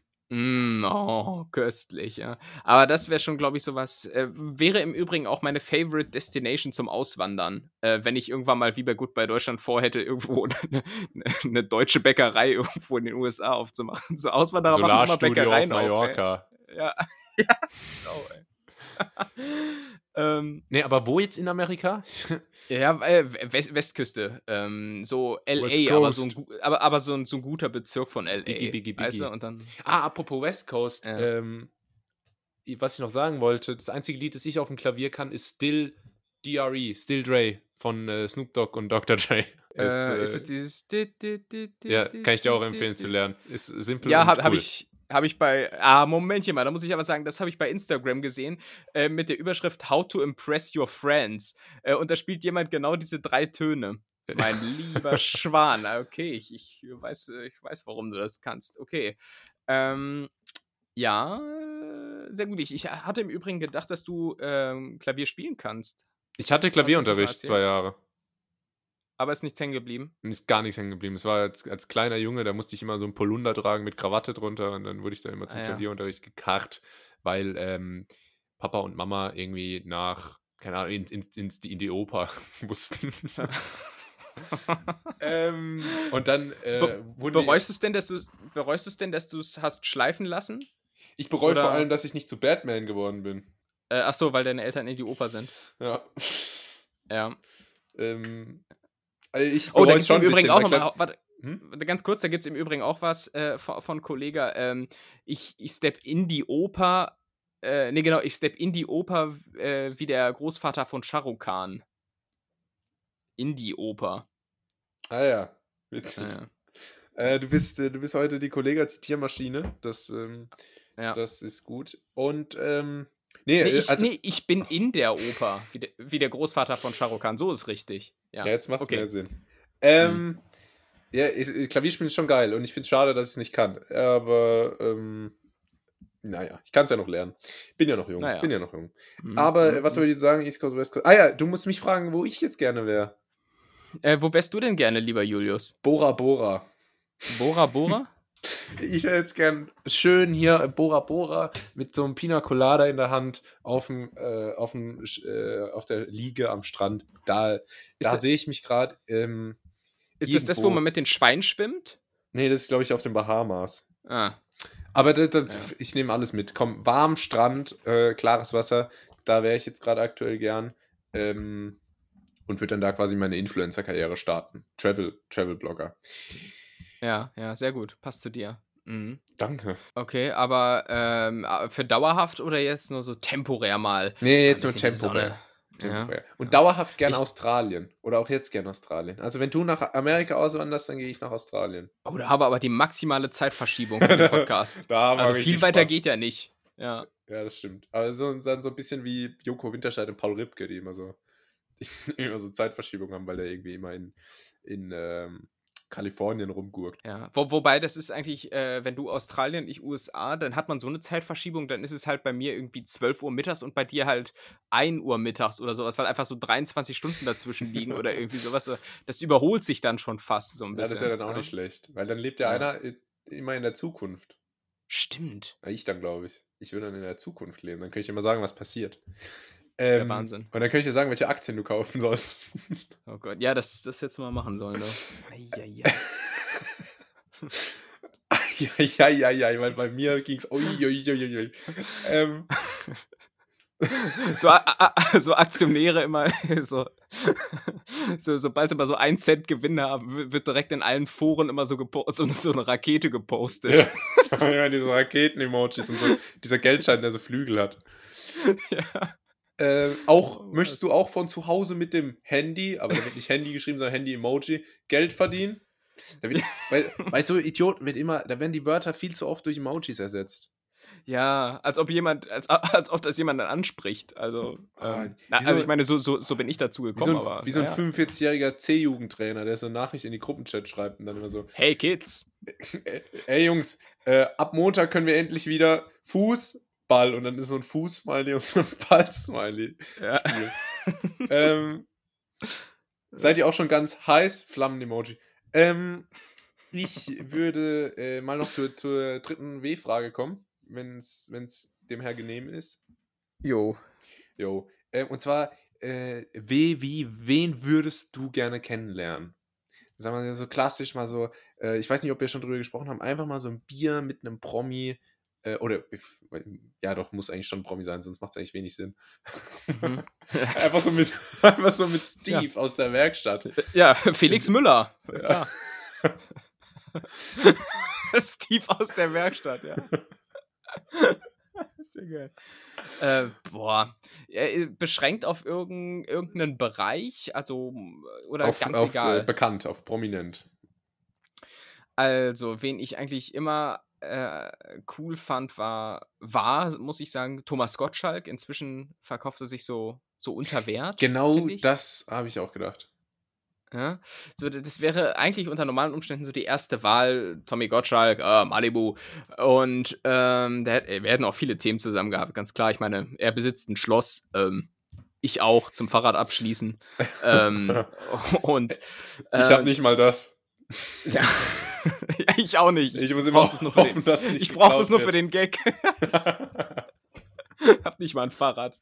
Köstlich, ja. Aber das wäre schon, glaube ich, sowas. Wäre im Übrigen auch meine Favorite Destination zum Auswandern. Wenn ich irgendwann mal wie bei Goodbye Deutschland vorhätte, irgendwo eine deutsche Bäckerei irgendwo in den USA aufzumachen. So Auswanderer machen immer Bäckereien auf Mallorca. Ja, genau, ey. Nee, aber wo jetzt in Amerika? Ja, Westküste, so West LA, aber so Coast. so ein guter Bezirk von LA, Biggie. weißt du? Und dann, Apropos West Coast. ja. Was ich noch sagen wollte, das einzige Lied, das ich auf dem Klavier kann, ist Still DRE, Still Dre von Snoop Dogg und Dr. Dre. Ist es dieses Ja, kann ich dir auch empfehlen zu lernen. Ist simpel Ja, und hab cool. ich bei Momentchen mal, da muss ich aber sagen, das habe ich bei Instagram gesehen, mit der Überschrift „How to impress your friends“. Und da spielt jemand genau diese 3 Töne. Mein lieber Schwan. Okay, ich weiß, warum du das kannst. Okay. Ja, sehr gut. Ich hatte im Übrigen gedacht, dass du, Klavier spielen kannst. Ich hatte Hast du das mal Klavierunterricht 2 erzählt? Jahre. Aber ist nichts hängen geblieben? Ist gar nichts hängen geblieben. Es war als kleiner Junge, da musste ich immer so ein Polunder tragen mit Krawatte drunter und dann wurde ich dann immer zum Ja. Klavierunterricht gekarrt, weil Papa und Mama irgendwie nach, keine Ahnung, in die Oper mussten. Und dann Bereust du es denn, dass du es hast schleifen lassen? Ich bereue vor oder- allem, dass ich nicht zu Batman geworden bin. Ach so, weil deine Eltern in die Oper sind. Ja. Ja. Ich Oh, da bereue gibt es es schon im ein Übrigen bisschen. auch weil nochmal, warte, Hm? ganz kurz, da gibt es im Übrigen auch was von Kollega. Ich step in die Oper, ich step in die Oper wie der Großvater von Shah Rukh Khan. In die Oper. Ah ja, witzig. Ja. Du bist heute die Kollega-Zitiermaschine. Ja. Das ist gut. Und Ich bin in der Oper, wie der Großvater von Shah Rukh Khan. So ist richtig. Ja, jetzt macht es okay. mehr Sinn. Ja, Klavierspielen ist schon geil und ich finde es schade, dass ich es nicht kann. Aber naja, ich kann es ja noch lernen. Bin ja noch jung. Naja. Aber was wollte ich sagen? East Coast, West Coast. Ah ja, du musst mich fragen, wo ich jetzt gerne wäre. Wo wärst du denn gerne, lieber Julius? Bora Bora. Bora Bora? Ich wäre jetzt gern schön hier Bora Bora mit so einem Pina Colada in der Hand auf der Liege am Strand. Da sehe ich mich gerade. Ist das das, wo man mit den Schweinen schwimmt? Nee, das ist, glaube ich, auf den Bahamas. Ah. Aber ich nehme alles mit. Komm, warm, Strand, klares Wasser. Da wäre ich jetzt gerade aktuell gern. Und würde dann da quasi meine Influencer-Karriere starten. Travel-Blogger. Ja, sehr gut. Passt zu dir. Mhm. Danke. Okay, aber für dauerhaft oder jetzt nur so temporär mal? Nee, jetzt nur temporär. Ja. Und dauerhaft gern Australien. Oder auch jetzt gern Australien. Also wenn du nach Amerika auswanderst, dann gehe ich nach Australien. Oh, da haben wir aber die maximale Zeitverschiebung für den Podcast. Also viel weiter geht ja nicht. Ja. Ja, das stimmt. Aber dann so ein bisschen wie Joko Winterscheid und Paul Ripke, die immer so Zeitverschiebung haben, weil der irgendwie immer in Kalifornien rumgurkt. Ja, wobei das ist eigentlich, wenn du Australien, ich USA, dann hat man so eine Zeitverschiebung, dann ist es halt bei mir irgendwie 12 Uhr mittags und bei dir halt 1 Uhr mittags oder sowas, weil einfach so 23 Stunden dazwischen liegen oder irgendwie sowas. Das überholt sich dann schon fast so ein bisschen. Ja, das ist ja dann auch nicht schlecht, weil dann lebt ja einer immer in der Zukunft. Stimmt. Ja, ich dann, glaube ich. Ich will dann in der Zukunft leben. Dann kann ich immer sagen, was passiert. Der Wahnsinn. Und dann kann ich dir sagen, welche Aktien du kaufen sollst. Oh Gott, ja, das hättest du mal machen sollen, ne? Ja, weil bei mir ging es. Uiuiuiui. So Aktionäre immer, sobald sie mal so 1 Cent Gewinn haben, wird direkt in allen Foren immer so eine Rakete gepostet. Ja, diese Raketen-Emojis und so. Dieser Geldschein, der so Flügel hat. Ja. Möchtest du auch von zu Hause mit dem Handy, aber da wird nicht Handy geschrieben, sondern Handy-Emoji, Geld verdienen? Weil so Idioten da werden die Wörter viel zu oft durch Emojis ersetzt. Ja, als ob das jemand dann anspricht. Also, ich meine, so bin ich dazu gekommen. Wie so ein 45-jähriger C-Jugendtrainer, der so eine Nachricht in die Gruppenchat schreibt und dann immer so: Hey Kids! Ey Jungs, ab Montag können wir endlich wieder Fußball, und dann ist so ein Fuß-Smiley und so ein Ball-Smiley. Ja. Seid ihr auch schon ganz heiß? Flammen-Emoji. Ich würde mal noch zur dritten W-Frage kommen, wenn es dem Herr genehm ist. Jo. Und zwar, wen würdest du gerne kennenlernen? Sagen wir so klassisch mal so, ich weiß nicht, ob wir schon drüber gesprochen haben, einfach mal so ein Bier mit einem Promi Ja doch, muss eigentlich schon ein Promi sein, sonst macht es eigentlich wenig Sinn. Mhm. einfach so mit Steve aus der Werkstatt. Ja, Felix Müller. Ja. Klar. Steve aus der Werkstatt, ja. Sehr geil. Beschränkt auf irgendeinen Bereich, also oder ganz egal. Bekannt, auf prominent. Also, wen ich eigentlich immer cool fand, war, muss ich sagen, Thomas Gottschalk. Inzwischen verkauft er sich so unter Wert. Genau find ich. das habe ich auch gedacht. Ja, so, das wäre eigentlich unter normalen Umständen so die erste Wahl. Tommy Gottschalk, Malibu. Und wir hätten auch viele Themen zusammen gehabt, ganz klar. Ich meine, er besitzt ein Schloss. Ich auch, zum Fahrrad abschließen. Und ich habe nicht mal das. Ja, ich auch nicht. Ich muss immer hoffen, dass nicht ich brauche das nur für den Gag. Hab nicht mal ein Fahrrad.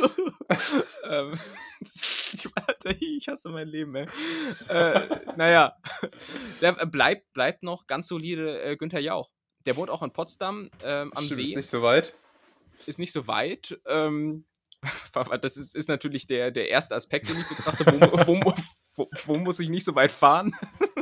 Ich hasse mein Leben, ey. Naja, der bleibt noch ganz solide Günther Jauch. Der wohnt auch in Potsdam am See. Ist nicht so weit. Ist nicht so weit. Das ist natürlich der erste Aspekt, den ich betrachte. Wo muss ich nicht so weit fahren?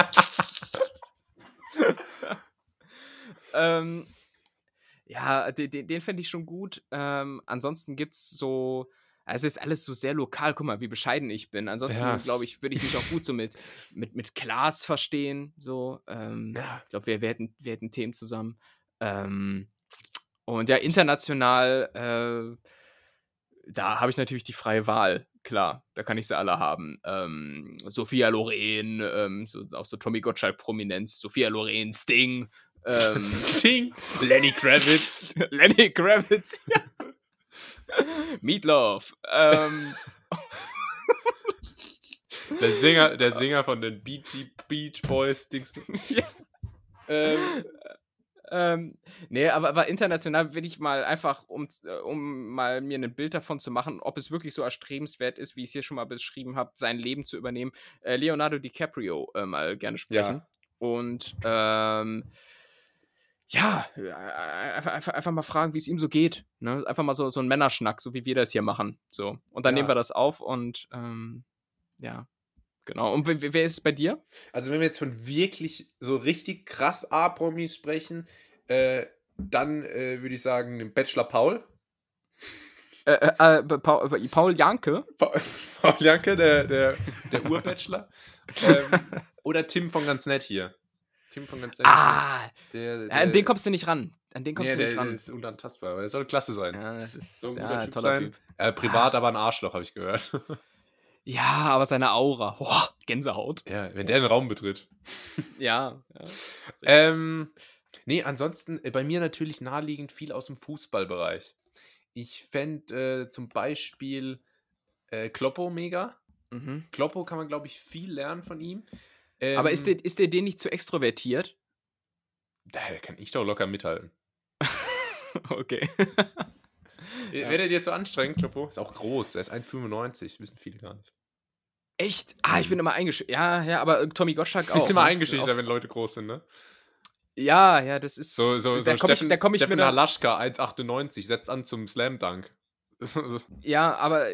Ja, den fände ich schon gut. Ansonsten gibt's so, es ist alles so sehr lokal. Guck mal, wie bescheiden ich bin. Ansonsten, glaube ich, würde ich mich auch gut so mit Klaas verstehen. So, ich glaube, wir hätten Themen zusammen. Und ja, international, da habe ich natürlich die freie Wahl. Klar, da kann ich sie alle haben. Sophia Loren, auch so Tommy Gottschalk-Prominenz. Sophia Loren, Sting. Sting. Lenny Kravitz. Lenny Kravitz, ja. Meatloaf. Der Sänger von den Beach Boys. Dings. Ja. Nee, aber international will ich mal einfach, um mal mir ein Bild davon zu machen, ob es wirklich so erstrebenswert ist, wie ich es hier schon mal beschrieben habe, sein Leben zu übernehmen, Leonardo DiCaprio mal gerne sprechen. Ja. Und einfach mal fragen, wie es ihm so geht. Ne? Einfach mal so ein Männerschnack, so wie wir das hier machen. So. Und dann nehmen wir das auf und ja. Genau. Und wer ist es bei dir? Also wenn wir jetzt von wirklich so richtig krass A-Promis sprechen, dann würde ich sagen, den Bachelor Paul. Paul Janke? Paul Janke, der Urbachelor. Oder Tim von ganz nett hier. Tim von ganz nett. An den kommst du nicht ran. Der ist unantastbar, aber der soll klasse sein. Ja, das ist so ein guter Typ toller sein. Typ. Privat aber ein Arschloch, habe ich gehört. Ja, aber seine Aura. Gänsehaut. Ja, wenn der den Raum betritt. Ja. Nee, ansonsten bei mir natürlich naheliegend viel aus dem Fußballbereich. Ich fände zum Beispiel Kloppo mega. Mhm. Kloppo kann man, glaube ich, viel lernen von ihm. Aber ist der den nicht zu extrovertiert? Da kann ich doch locker mithalten. Okay. Wäre der dir zu anstrengend, Kloppo? Ist auch groß, der ist 1,95, wissen viele gar nicht. Echt? Ich bin immer eingeschüchtert. Ja, aber Tommy Gottschalk auch. Bist immer eingeschüchtert, wenn Leute groß sind, ne? Ja, das ist... So Steffen Halaschka, 1,98, setzt an zum Slam Dunk. Ja, aber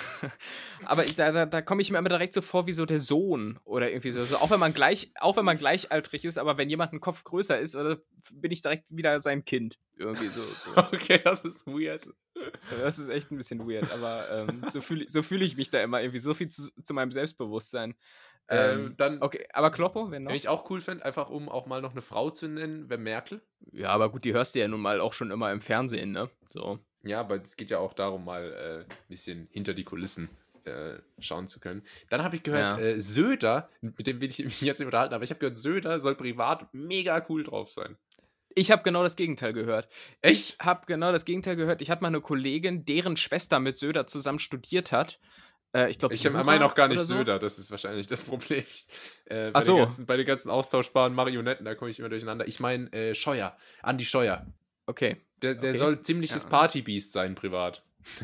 da komme ich mir immer direkt so vor wie so der Sohn oder irgendwie so. Auch wenn man gleichaltrig ist, aber wenn jemand einen Kopf größer ist, oder bin ich direkt wieder sein Kind. Irgendwie so. Okay, das ist weird. Das ist echt ein bisschen weird, aber so fühle ich mich da immer irgendwie. So viel zu meinem Selbstbewusstsein. Dann, okay, aber Kloppo, wenn noch? Wenn ich auch cool fände, einfach um auch mal noch eine Frau zu nennen, wäre Merkel. Ja, aber gut, die hörst du ja nun mal auch schon immer im Fernsehen, ne? So. Ja, aber es geht ja auch darum, mal ein bisschen hinter die Kulissen schauen zu können. Dann habe ich gehört, Söder, mit dem will ich mich jetzt nicht unterhalten, aber ich habe gehört, Söder soll privat mega cool drauf sein. Ich habe genau das Gegenteil gehört. Ich habe genau das Gegenteil gehört. Ich hatte mal eine Kollegin, deren Schwester mit Söder zusammen studiert hat. Ich meine auch gar nicht Söder, das ist wahrscheinlich das Problem. Bei den ganzen austauschbaren Marionetten, da komme ich immer durcheinander. Ich meine Scheuer, Andi Scheuer. Okay. Der soll ziemliches Partybeast sein, privat.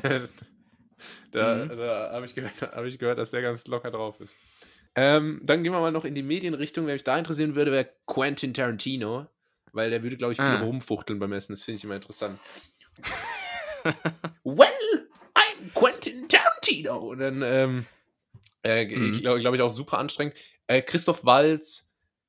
Da habe ich gehört, dass der ganz locker drauf ist. Dann gehen wir mal noch in die Medienrichtung. Wer mich da interessieren würde, wäre Quentin Tarantino. weil der würde, glaube ich, viel rumfuchteln beim Essen. Das finde ich immer interessant. Well, I'm Quentin Tarantino. Und dann, glaube ich, auch super anstrengend. Christoph Waltz,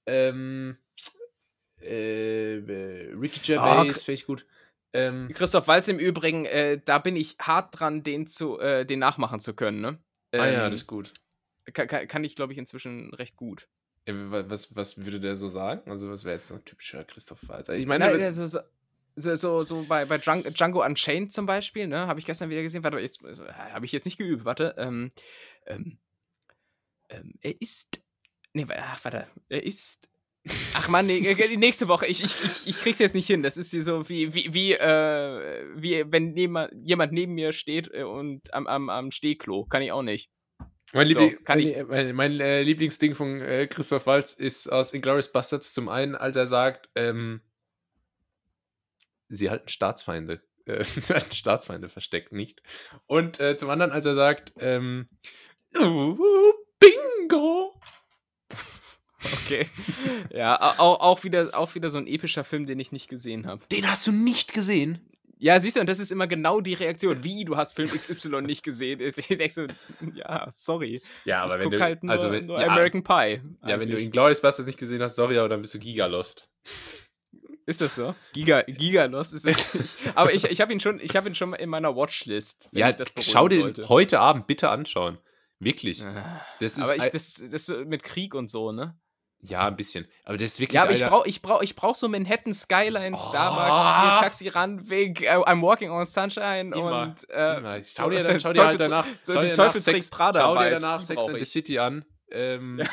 Ricky Gervais, finde ich gut. Christoph Waltz im Übrigen, da bin ich hart dran, den nachmachen zu können, ne? Ja, das ist gut. Kann ich, glaube ich, inzwischen recht gut. Was würde der so sagen? Also, was wäre jetzt so ein typischer Christoph Waltz? Ich meine, so bei Django Unchained zum Beispiel, ne? Habe ich gestern wieder gesehen. Warte, habe ich jetzt nicht geübt. Warte. Er ist. Nee, warte. Er ist. Ach man, nee, nächste Woche. Ich krieg's jetzt nicht hin. Das ist hier so wie wenn jemand neben mir steht und am Stehklo. Kann ich auch nicht. Mein Lieblingsding von Christoph Waltz ist aus Inglourious Basterds zum einen, als er sagt, sie halten Staatsfeinde. Sie halten Staatsfeinde versteckt nicht. Und zum anderen, als er sagt, Bingo! Okay. Ja, auch wieder so ein epischer Film, den ich nicht gesehen habe. Den hast du nicht gesehen? Ja, siehst du, und das ist immer genau die Reaktion. Wie, du hast Film XY nicht gesehen? Ich denke so, ja, sorry. Ja, aber ich gucke halt nur American Pie. Eigentlich. Ja, wenn du Inglourious Basterds nicht gesehen hast, sorry, aber dann bist du Gigalost. Ist das so? Gigalost ist es nicht. Aber ich habe ihn schon mal in meiner Watchlist. Ja, schau dir heute Abend bitte anschauen. Wirklich. Das ist das mit Krieg und so, ne? Ja, ein bisschen. Aber das ist wirklich. Ja, aber ich brauch so Manhattan Skyline, Starbucks, Taxi Ranweg, I'm Walking on Sunshine immer, und immer. Schau dir halt danach. So die Teufel trägt Prada. Schau dir danach Sex and the City an. Und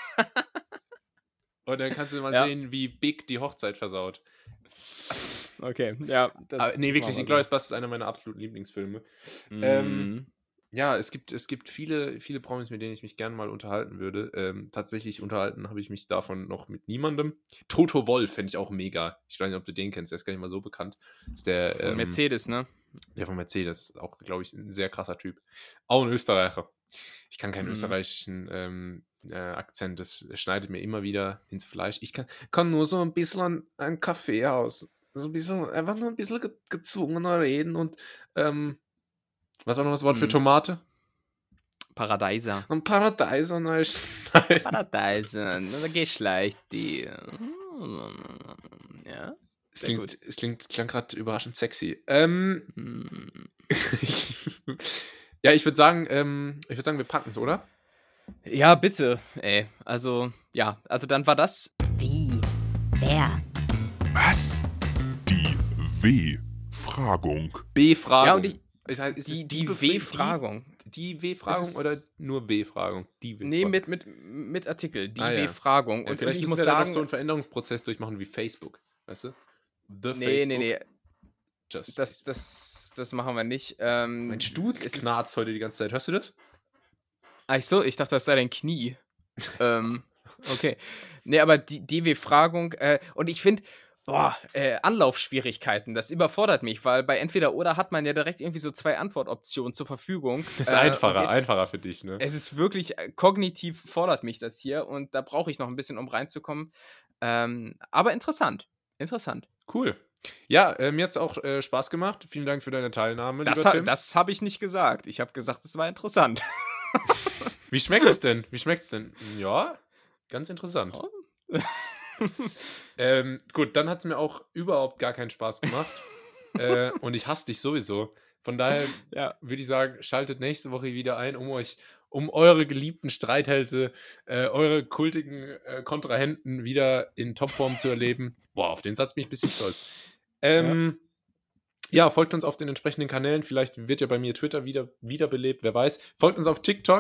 dann kannst du mal sehen, wie Big die Hochzeit versaut. Okay, ja. Nee, wirklich, Inglourious Basterds ist einer meiner absoluten Lieblingsfilme. Ja, es gibt viele Promis, mit denen ich mich gerne mal unterhalten würde. Tatsächlich unterhalten habe ich mich davon noch mit niemandem. Toto Wolff fände ich auch mega. Ich weiß nicht, ob du den kennst, der ist gar nicht mal so bekannt. Ist der von Mercedes, ne? Der von Mercedes. Auch, glaube ich, ein sehr krasser Typ. Auch ein Österreicher. Ich kann keinen österreichischen Akzent, das schneidet mir immer wieder ins Fleisch. Ich kann nur so ein bisschen ein Kaffeehaus. Einfach nur ein bisschen gezwungener reden und was war noch das Wort für Tomate? Paradeiser. Ein Paradeiser, nein. Paradeiser, da geschleicht die. Ja. Es klingt gerade überraschend sexy. Ja, ich würde sagen, wir packen es, oder? Ja, bitte. Ey, also dann war das. Wie? Wer? Was? Die W-Fragung. B-Fragung. Ja, und die W-Fragung. Die W-Fragung oder nur W-Fragung? Nee, mit Artikel. Die W-Fragung. Ja, und vielleicht ich muss sagen, noch so einen Veränderungsprozess durchmachen wie Facebook. Weißt du? Nee. Das machen wir nicht. Mein Stuhl knarzt heute die ganze Zeit. Hörst du das? Ach so, ich dachte, das sei dein Knie. Okay. Nee, aber die W-Fragung, und ich finde, Anlaufschwierigkeiten, das überfordert mich, weil bei Entweder-Oder hat man ja direkt irgendwie so 2 Antwortoptionen zur Verfügung. Das ist einfacher für dich, ne? Es ist wirklich, kognitiv fordert mich das hier und da brauche ich noch ein bisschen, um reinzukommen. Aber interessant. Cool. Ja, mir hat es auch Spaß gemacht. Vielen Dank für deine Teilnahme, lieber Tim. Das habe ich nicht gesagt. Ich habe gesagt, es war interessant. Wie schmeckt es denn? Ja, ganz interessant. Oh. Gut, dann hat es mir auch überhaupt gar keinen Spaß gemacht. Und ich hasse dich sowieso. Von daher würde ich sagen, schaltet nächste Woche wieder ein, um eure geliebten Streithälse, eure kultigen Kontrahenten wieder in Topform zu erleben. Boah, auf den Satz bin ich ein bisschen stolz. Ja, folgt uns auf den entsprechenden Kanälen. Vielleicht wird ja bei mir Twitter wiederbelebt, wer weiß. Folgt uns auf TikTok.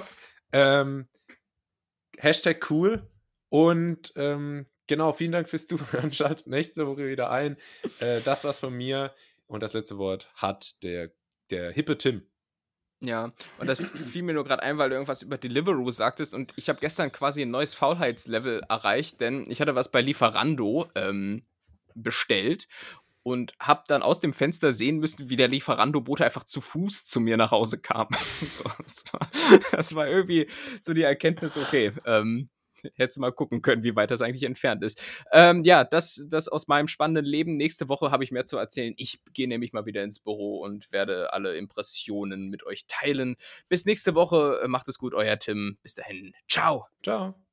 Hashtag cool. Und genau, vielen Dank fürs Zuhören. Schaltet nächste Woche wieder ein. Das war's von mir. Und das letzte Wort hat der hippe Tim. Ja, und das fiel mir nur gerade ein, weil du irgendwas über Deliveroo sagtest. Und ich habe gestern quasi ein neues Faulheitslevel erreicht, denn ich hatte was bei Lieferando bestellt und habe dann aus dem Fenster sehen müssen, wie der Lieferando-Bote einfach zu Fuß zu mir nach Hause kam. So, das war irgendwie so die Erkenntnis, okay, Hättest mal gucken können, wie weit das eigentlich entfernt ist. Ja, das aus meinem spannenden Leben. Nächste Woche habe ich mehr zu erzählen. Ich gehe nämlich mal wieder ins Büro und werde alle Impressionen mit euch teilen. Bis nächste Woche. Macht es gut, euer Tim. Bis dahin. Ciao. Ciao.